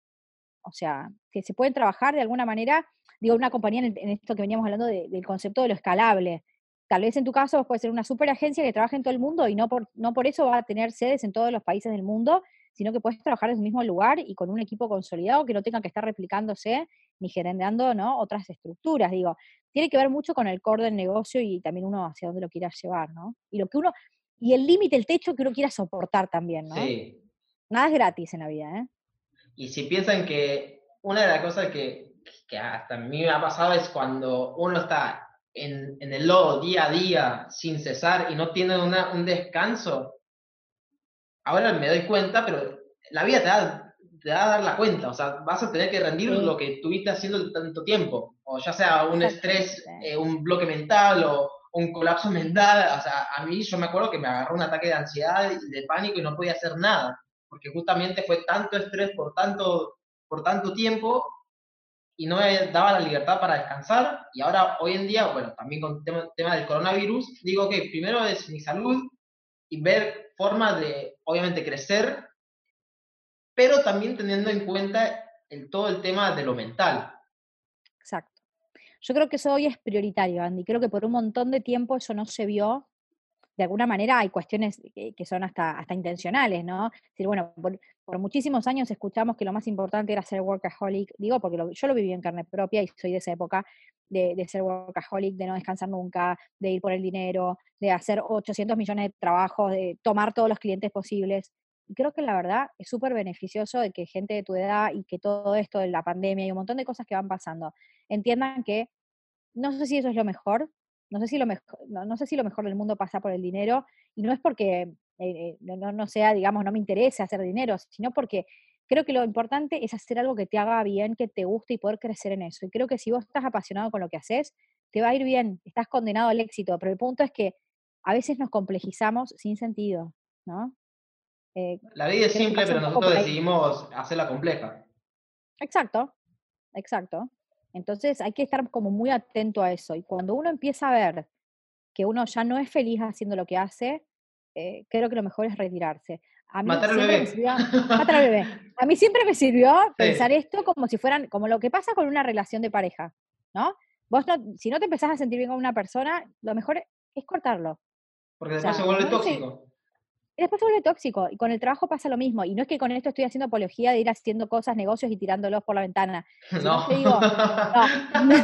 O sea, que se pueden trabajar de alguna manera, digo, una compañía en esto que veníamos hablando del concepto de lo escalable. Tal vez en tu caso puede ser una super agencia que trabaja en todo el mundo y no por eso va a tener sedes en todos los países del mundo, sino que puedes trabajar en el mismo lugar y con un equipo consolidado que no tenga que estar replicándose ni generando, ¿no?, otras estructuras. Digo, tiene que ver mucho con el core del negocio y también uno hacia dónde lo quiera llevar, ¿no? Y lo que uno, y el límite, el techo que uno quiera soportar también, ¿no? Sí. Nada es gratis en la vida, ¿eh? Y si piensan que una de las cosas que hasta a mí me ha pasado es cuando uno está en el lodo día a día sin cesar y no tiene un descanso, ahora me doy cuenta, pero la vida te da a dar la cuenta, o sea, vas a tener que rendir lo Sí, que estuviste haciendo tanto tiempo, o ya sea un estrés, exactamente. un bloque mental o un colapso mental, o sea, a mí yo me acuerdo que me agarró un ataque de ansiedad y de pánico y no podía hacer nada, porque justamente fue tanto estrés por tanto tiempo y no me daba la libertad para descansar, y ahora hoy en día, bueno, también con el tema del coronavirus, digo que primero es mi salud y ver formas de, obviamente, crecer, pero también teniendo en cuenta todo el tema de lo mental. Exacto. Yo creo que eso hoy es prioritario, Andy. Creo que por un montón de tiempo eso no se vio. De alguna manera hay cuestiones que son hasta intencionales, ¿no? Es decir, bueno, por muchísimos años escuchamos que lo más importante era ser workaholic, digo, porque yo lo viví en carne propia y soy de esa época de ser workaholic, de no descansar nunca, de ir por el dinero, de hacer 800 millones de trabajos, de tomar todos los clientes posibles. Y creo que la verdad es súper beneficioso de que gente de tu edad y que todo esto de la pandemia y un montón de cosas que van pasando entiendan que no sé si eso es lo mejor, no sé si lo mejor del mundo pasa por el dinero, y no es porque no sea, digamos, no me interese hacer dinero, sino porque creo que lo importante es hacer algo que te haga bien, que te guste y poder crecer en eso. Y creo que si vos estás apasionado con lo que haces, te va a ir bien, estás condenado al éxito, pero el punto es que a veces nos complejizamos sin sentido, ¿no? Eh, La vida es Creo que simple, pasa pero un poco nosotros por ahí. decidimos hacerla compleja. Exacto, exacto. Entonces hay que estar como muy atento a eso. Y cuando uno empieza a ver que uno ya no es feliz haciendo lo que hace, creo que lo mejor es retirarse. A mí Matar al siempre me bebé. sirvió matar al bebé. A mí siempre me sirvió pensar Sí, esto como si fueran como lo que pasa con una relación de pareja, ¿no? Vos no si no te empezás a sentir bien con una persona, lo mejor es cortarlo. O porque después se sea, vuelve no se tóxico. y después se vuelve tóxico, y con el trabajo pasa lo mismo, y no es que con esto estoy haciendo apología de ir haciendo cosas, negocios y tirándolos por la ventana, sino No. que digo, no,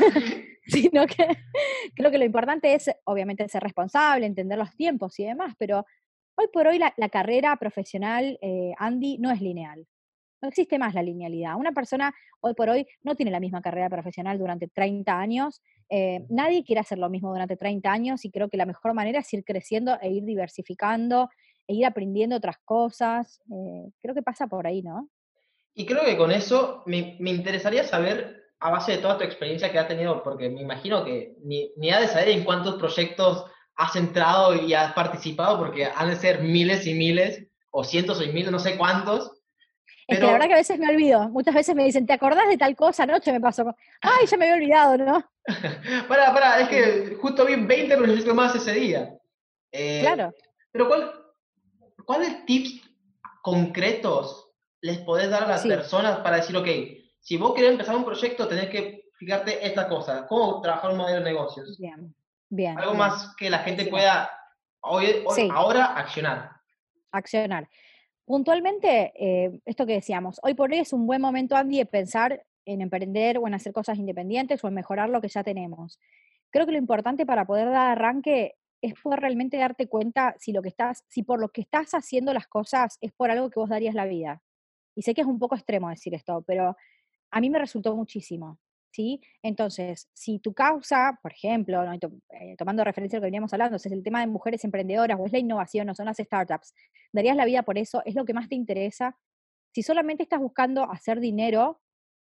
sino que creo que lo importante es, obviamente, ser responsable, entender los tiempos y demás, pero hoy por hoy la carrera profesional, Andy, no es lineal. No existe más la linealidad. Una persona hoy por hoy no tiene la misma carrera profesional durante 30 años. Nadie quiere hacer lo mismo durante 30 años y creo que la mejor manera es ir creciendo e ir diversificando e ir aprendiendo otras cosas. Creo que pasa por ahí, ¿no? Y creo que con eso me interesaría saber, a base de toda tu experiencia que has tenido, porque me imagino que ni has de saber en cuántos proyectos has entrado y has participado, porque han de ser miles y miles, o cientos y miles, no sé cuántos, Es que la verdad que pero a veces me olvido. Muchas veces me dicen, ¿te acordás de tal cosa? Anoche me pasó. Ay, ya me había olvidado, ¿no? para, es Sí, que justo vi 20 proyectos más ese día. Eh, claro, pero ¿cuáles tips concretos les podés dar a las sí, personas para decir, ok, si vos querés empezar un proyecto, tenés que fijarte esta cosa, cómo trabajar un modelo de negocios? bien, bien, Algo bien. más que la gente Buenísimo. pueda Sí, ahora accionar. accionar. Puntualmente, esto que decíamos, hoy por hoy es un buen momento, Andy, de pensar en emprender o en hacer cosas independientes o en mejorar lo que ya tenemos. Creo que lo importante para poder dar arranque es poder realmente darte cuenta si por lo que estás haciendo las cosas es por algo que vos darías la vida. Y sé que es un poco extremo decir esto, pero a mí me resultó muchísimo, ¿sí? Entonces, si tu causa, por ejemplo, ¿no? Tomando referencia a lo que veníamos hablando, si es el tema de mujeres emprendedoras o es la innovación o son las startups, darías la vida por eso, es lo que más te interesa. Si solamente estás buscando hacer dinero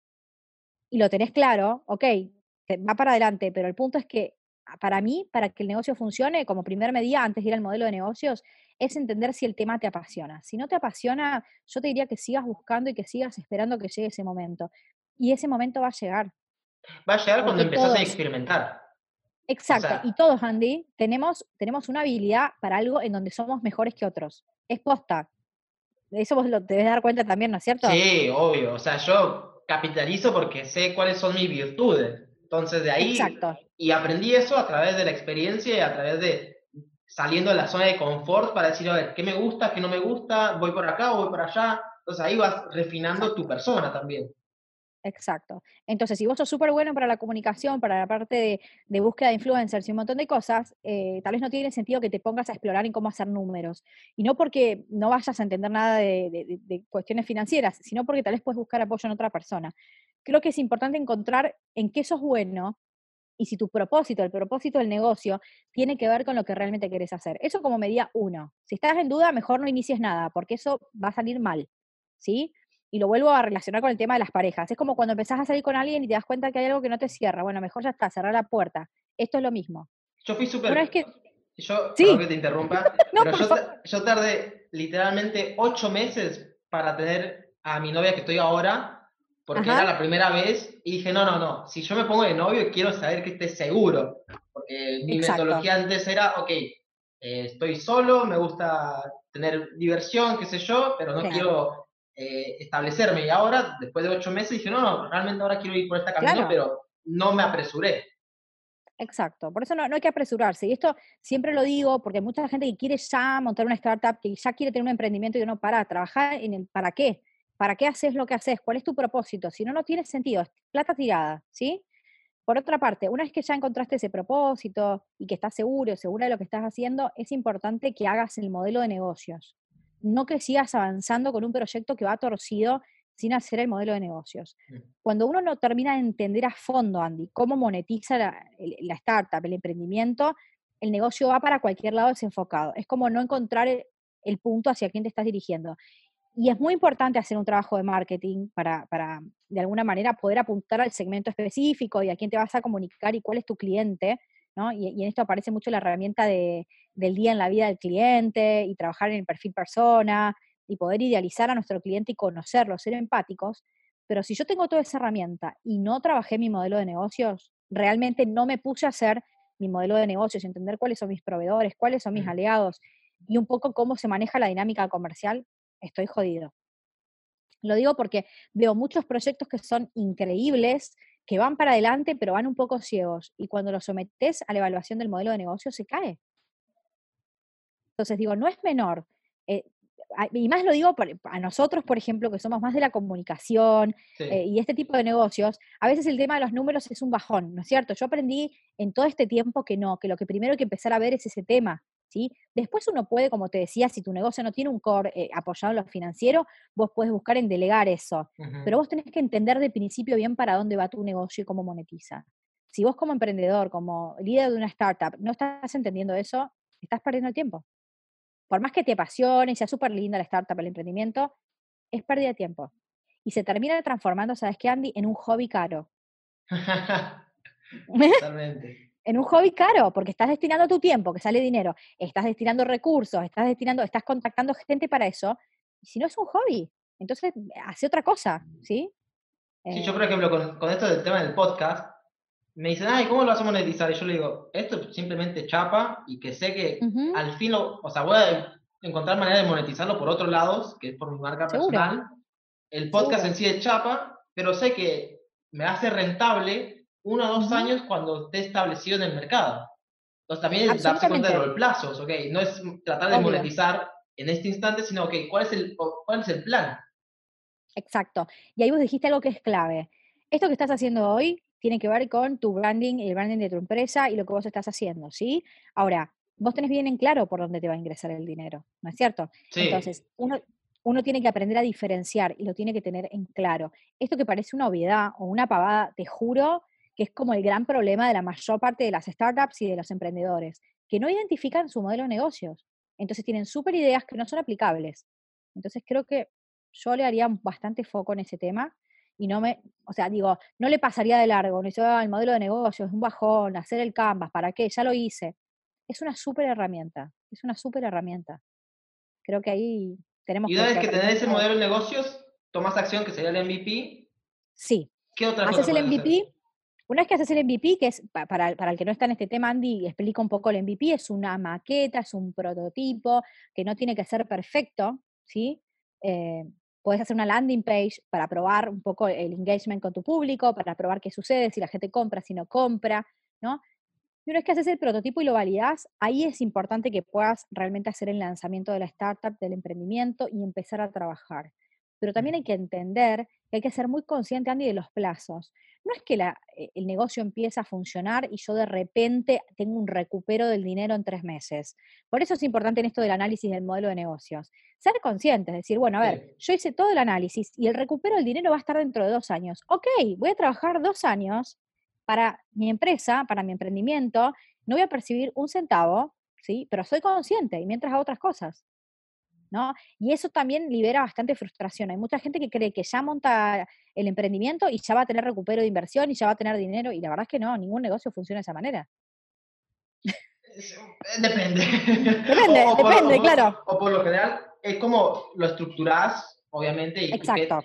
y lo tenés claro, ok, va para adelante, pero el punto es que para mí, para que el negocio funcione, como primer medida antes de ir al modelo de negocios, es entender si el tema te apasiona. Si no te apasiona, yo te diría que sigas buscando y que sigas esperando que llegue ese momento. Y ese momento va a llegar, Va a llegar cuando porque empezás a todos, experimentar. O exacto, y sea, todos, Andy, tenemos una habilidad para algo en donde somos mejores que otros. Es posta. De eso vos te debes dar cuenta también, ¿no es cierto? sí, obvio. O sea, yo capitalizo porque sé cuáles son mis virtudes. Entonces, de ahí, Exacto. y aprendí eso a través de la experiencia y a través de saliendo de la zona de confort para decir, a ver, ¿qué me gusta, qué no me gusta? ¿Voy por acá o voy por allá? Entonces ahí vas refinando tu Exacto. persona también. Exacto. Entonces, si vos sos súper bueno para la comunicación, para la parte de búsqueda de influencers y un montón de cosas, tal vez no tiene sentido que te pongas a explorar en cómo hacer números. Y no porque no vayas a entender nada de cuestiones financieras, sino porque tal vez puedes buscar apoyo en otra persona. Creo que es importante encontrar en qué sos bueno y si tu propósito, el propósito del negocio, tiene que ver con lo que realmente querés hacer. Eso como medida uno. Si estás en duda, mejor no inicies nada, porque eso va a salir mal, ¿sí? Y lo vuelvo a relacionar con el tema de las parejas. Es como cuando empezás a salir con alguien y te das cuenta que hay algo que no te cierra. Bueno, mejor ya está, cerrar la puerta. Esto es lo mismo. Yo fui Una vez súper, que... perdón Sí, que te interrumpa, no, pero por favor. yo tardé literalmente 8 meses para tener a mi novia que estoy ahora, porque era Ajá, la primera vez, y dije, no, no, no, si yo me pongo de novio quiero saber que esté seguro, porque mi exacto. metodología antes era, ok, estoy solo, me gusta tener diversión, qué sé yo, pero no Claro, quiero establecerme, y ahora, después de 8 meses, dije, no, no, realmente ahora quiero ir por este camino, claro. pero no me apresuré. Exacto, por eso no hay que apresurarse. Y esto siempre lo digo porque hay mucha gente que quiere ya montar una startup, que ya quiere tener un emprendimiento y no para, trabajar en el para qué. ¿Para qué haces lo que haces? ¿Cuál es tu propósito? Si no, no tiene sentido, es plata tirada, ¿sí? Por otra parte, una vez que ya encontraste ese propósito y que estás seguro, segura de lo que estás haciendo, es importante que hagas el modelo de negocios. No que sigas avanzando con un proyecto que va torcido sin hacer el modelo de negocios. Cuando uno no termina de entender a fondo, Andy, cómo monetiza la startup, el emprendimiento, el negocio va para cualquier lado desenfocado. Es como no encontrar el punto hacia quién te estás dirigiendo. Y es muy importante hacer un trabajo de marketing para, de alguna manera, poder apuntar al segmento específico y a quién te vas a comunicar y cuál es tu cliente, ¿no? Y en esto aparece mucho la herramienta del día en la vida del cliente y trabajar en el perfil persona y poder idealizar a nuestro cliente y conocerlo, ser empáticos. Pero si yo tengo toda esa herramienta y no trabajé mi modelo de negocios, realmente no me puse a hacer mi modelo de negocios, entender cuáles son mis proveedores, cuáles son mis aliados y un poco cómo se maneja la dinámica comercial, estoy jodido. Lo digo porque veo muchos proyectos que son increíbles, que van para adelante, pero van un poco ciegos. Y cuando los sometes a la evaluación del modelo de negocio, se cae. Entonces digo, no es menor. eh, y más lo digo a nosotros, por ejemplo, que somos más de la comunicación Sí. y este tipo de negocios, a veces el tema de los números es un bajón, ¿no es cierto? Yo aprendí en todo este tiempo que no, que lo que primero hay que empezar a ver es ese tema, ¿sí? Después uno puede, como te decía, si tu negocio no tiene un core apoyado en lo financiero, vos puedes buscar en delegar eso, pero Ujú. vos tenés que entender de principio bien para dónde va tu negocio y cómo monetiza. Si vos como emprendedor, como líder de una startup, no estás entendiendo eso, estás perdiendo el tiempo. Por más que te apasione, sea súper linda la startup, el emprendimiento, es pérdida de tiempo. Y se termina transformando, ¿sabes qué, Andy? En un hobby caro. Totalmente. En un hobby caro, porque estás destinando tu tiempo, que sale dinero, estás destinando recursos, estás contactando gente para eso. Y si no es un hobby, entonces hace otra cosa, ¿sí? Sí, yo por Eh, ejemplo con esto del tema del podcast, me dicen, ay, ¿cómo lo vas a monetizar? Y yo le digo, esto simplemente chapa y que sé que ujú, al fin o sea, voy a encontrar manera de monetizarlo por otros lados, que es por mi marca seguro, personal. El podcast en seguro. sí es chapa, pero sé que me hace rentable 1 o 2 años Ujú, cuando esté establecido en el mercado. Entonces también es darse cuenta de absolutamente, los plazos, ¿ok? No es tratar de obvio. monetizar en este instante, sino, ok, cuál es el plan? Exacto. Y ahí vos dijiste algo que es clave. Esto que estás haciendo hoy tiene que ver con tu branding y el branding de tu empresa y lo que vos estás haciendo, ¿sí? Ahora, vos tenés bien en claro por dónde te va a ingresar el dinero, ¿no es cierto? Sí. Entonces, uno tiene que aprender a diferenciar y lo tiene que tener en claro. Esto que parece una obviedad o una pavada, te juro que es como el gran problema de la mayor parte de las startups y de los emprendedores, que no identifican su modelo de negocios. Entonces tienen súper ideas que no son aplicables. Entonces creo que yo le haría bastante foco en ese tema y o sea, digo, no le pasaría de largo, no dice, el modelo de negocio es un bajón, hacer el Canvas, ¿para qué? Ya lo hice. Es una súper herramienta, es una súper herramienta. Creo que ahí tenemos Y una que vez que tenés aprender ese todos. modelo de negocios, tomás acción, que sería el MVP. Sí, ¿Qué otra cosa haces el puedes hacer? MVP. Una vez que haces el MVP, que es para el que no está en este tema, Andy, explica un poco el MVP, es una maqueta, es un prototipo, que no tiene que ser perfecto, ¿sí? Eh, Puedes hacer una landing page para probar un poco el engagement con tu público, para probar qué sucede, si la gente compra, si no compra, ¿no? Y una vez que haces el prototipo y lo validas, ahí es importante que puedas realmente hacer el lanzamiento de la startup, del emprendimiento y empezar a trabajar. pero también hay que entender que hay que ser muy consciente, Andy, de los plazos. No es que el negocio empieza a funcionar y yo de repente tengo un recupero del dinero en 3 meses. Por eso es importante en esto del análisis del modelo de negocios. Ser conscientes, decir, bueno, a ver, Sí. yo hice todo el análisis y el recupero del dinero va a estar dentro de 2 años. Ok, voy a trabajar 2 años para mi empresa, para mi emprendimiento, no voy a percibir un centavo, ¿sí? Pero soy consciente y mientras hago otras cosas, ¿no? Y eso también libera bastante frustración. Hay mucha gente que cree que ya monta el emprendimiento y ya va a tener recupero de inversión y ya va a tener dinero, y la verdad es que no, ningún negocio funciona de esa manera. Depende. Depende, depende, claro. O por lo general, es como lo estructurás, obviamente, Exacto,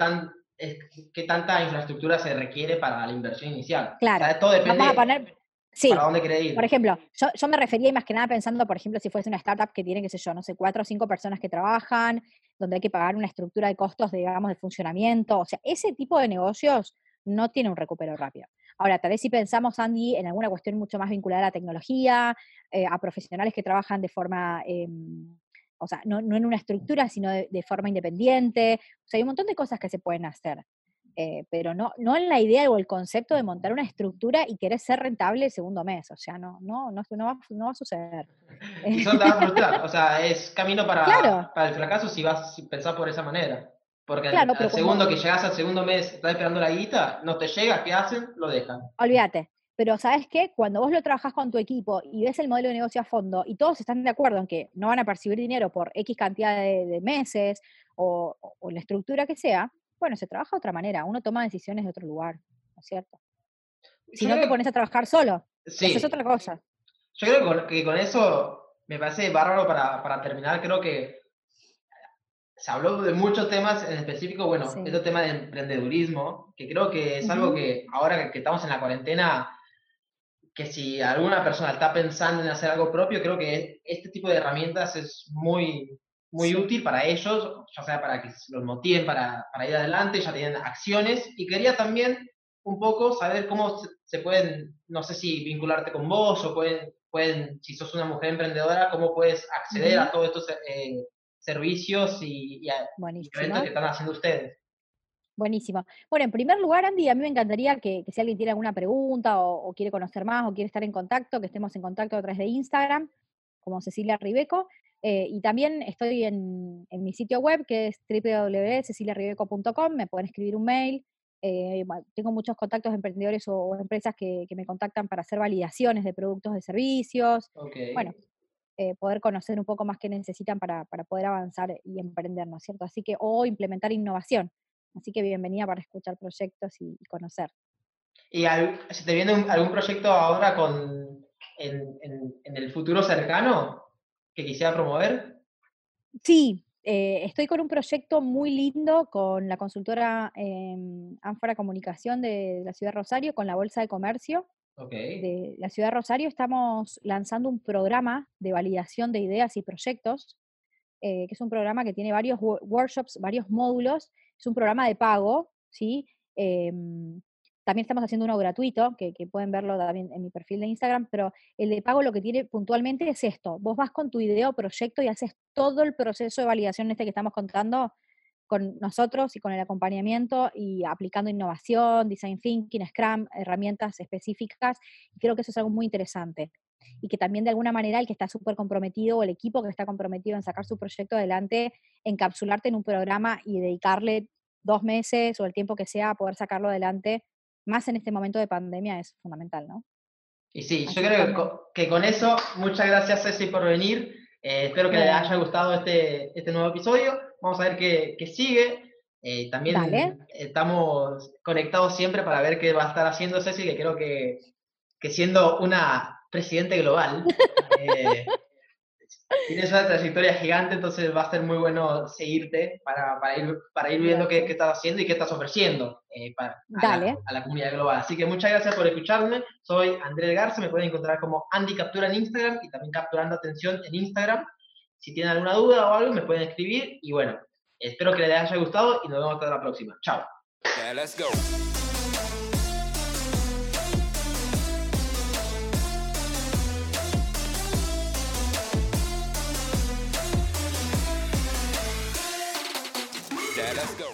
qué tanta infraestructura se requiere para la inversión inicial. O claro. sea, todo Vamos a depende poner, para sí, dónde querés por ir. ejemplo, yo me refería y más que nada pensando, por ejemplo, si fuese una startup que tiene, qué sé yo, no sé, 4 o 5 personas que trabajan, donde hay que pagar una estructura de costos, digamos, de funcionamiento. O sea, ese tipo de negocios no tiene un recupero rápido. Ahora, tal vez si pensamos, Andy, en alguna cuestión mucho más vinculada a la tecnología, a profesionales que trabajan de forma, o sea, no en una estructura, sino de forma independiente. O sea, hay un montón de cosas que se pueden hacer. Pero no en la idea o el concepto de montar una estructura y querer ser rentable el segundo mes. O sea, no va a suceder. Y eso te va a frustrar. O sea, es camino Claro, para el fracaso si pensás por esa manera. Porque claro, al pero segundo cuando, que llegás al segundo mes, estás esperando la guita, no te llega, ¿qué hacen? Lo dejan. olvídate. Pero ¿sabes qué? Cuando vos lo trabajás con tu equipo y ves el modelo de negocio a fondo y todos están de acuerdo en que no van a percibir dinero por X cantidad de meses o la estructura que sea, bueno, se trabaja de otra manera. Uno toma decisiones de otro lugar, ¿no es cierto? Si Yo no te creo pones a trabajar solo y haces sí, otra cosa. yo creo que con eso me parece bárbaro para terminar. Creo que se habló de muchos temas, en específico, bueno, Sí. este tema de emprendedurismo, que creo que es algo Ujú. que ahora que estamos en la cuarentena, que si alguna persona está pensando en hacer algo propio, creo que este tipo de herramientas es muy Sí. útil para ellos, ya sea para que los motiven para ir adelante, ya tienen acciones, y quería también un poco saber cómo se pueden, no sé si vincularte con vos, o si sos una mujer emprendedora, cómo puedes acceder a Ujú. todos estos servicios y eventos que Buenísimo, están haciendo ustedes. buenísimo. Bueno, en primer lugar, Andy, a mí me encantaría que si alguien tiene alguna pregunta o quiere conocer más o quiere estar en contacto, que estemos en contacto a través de Instagram, como Cecilia Ribeco. Y también estoy en mi sitio web, que es www.ceciliaribeco.com. Me pueden escribir un mail. Tengo muchos contactos de emprendedores o empresas que me contactan para hacer validaciones de productos, de servicios. Ok. Bueno, poder conocer un poco más qué necesitan para poder avanzar y emprender, ¿no es cierto? Así que, o implementar innovación. Así que bienvenida para escuchar proyectos y conocer. ¿Y si te viene algún proyecto ahora en el futuro cercano que quisiera promover? Sí, estoy con un proyecto muy lindo con la consultora Ánfora Comunicación de la Ciudad de Rosario, con la Bolsa de Comercio Ok, de la Ciudad de Rosario. Estamos lanzando un programa de validación de ideas y proyectos, que es un programa que tiene varios workshops, varios módulos. Es un programa de pago, ¿sí? También estamos haciendo uno gratuito, que pueden verlo también en mi perfil de Instagram, pero el de pago lo que tiene puntualmente es esto. Vos vas con tu idea o proyecto y haces todo el proceso de validación este que estamos contando con nosotros y con el acompañamiento y aplicando innovación, design thinking, Scrum, herramientas específicas. Y creo que eso es algo muy interesante. Y que también de alguna manera el que está súper comprometido o el equipo que está comprometido en sacar su proyecto adelante, encapsularte en un programa y dedicarle 2 meses o el tiempo que sea a poder sacarlo adelante, más en este momento de pandemia, es fundamental, ¿no? y sí, yo Así que creo también, que con eso, muchas gracias Ceci por venir. Espero que les haya bueno, gustado este nuevo episodio. Vamos a ver qué sigue. dale. También estamos conectados siempre para ver qué va a estar haciendo Ceci, que creo que siendo una presidente global, eh, tienes una trayectoria gigante, entonces va a ser muy bueno seguirte para ir viendo qué Gracias. estás haciendo y qué estás ofreciendo Dale, a la comunidad global. Así que muchas gracias por escucharme. Soy Andrés Garza, me pueden encontrar como Andy Captura en Instagram y también Capturando Atención en Instagram. Si tienen alguna duda o algo, me pueden escribir. Y bueno, espero que les haya gustado y nos vemos hasta la próxima. Chao. Yeah, let's go. Yeah, let's Let's go.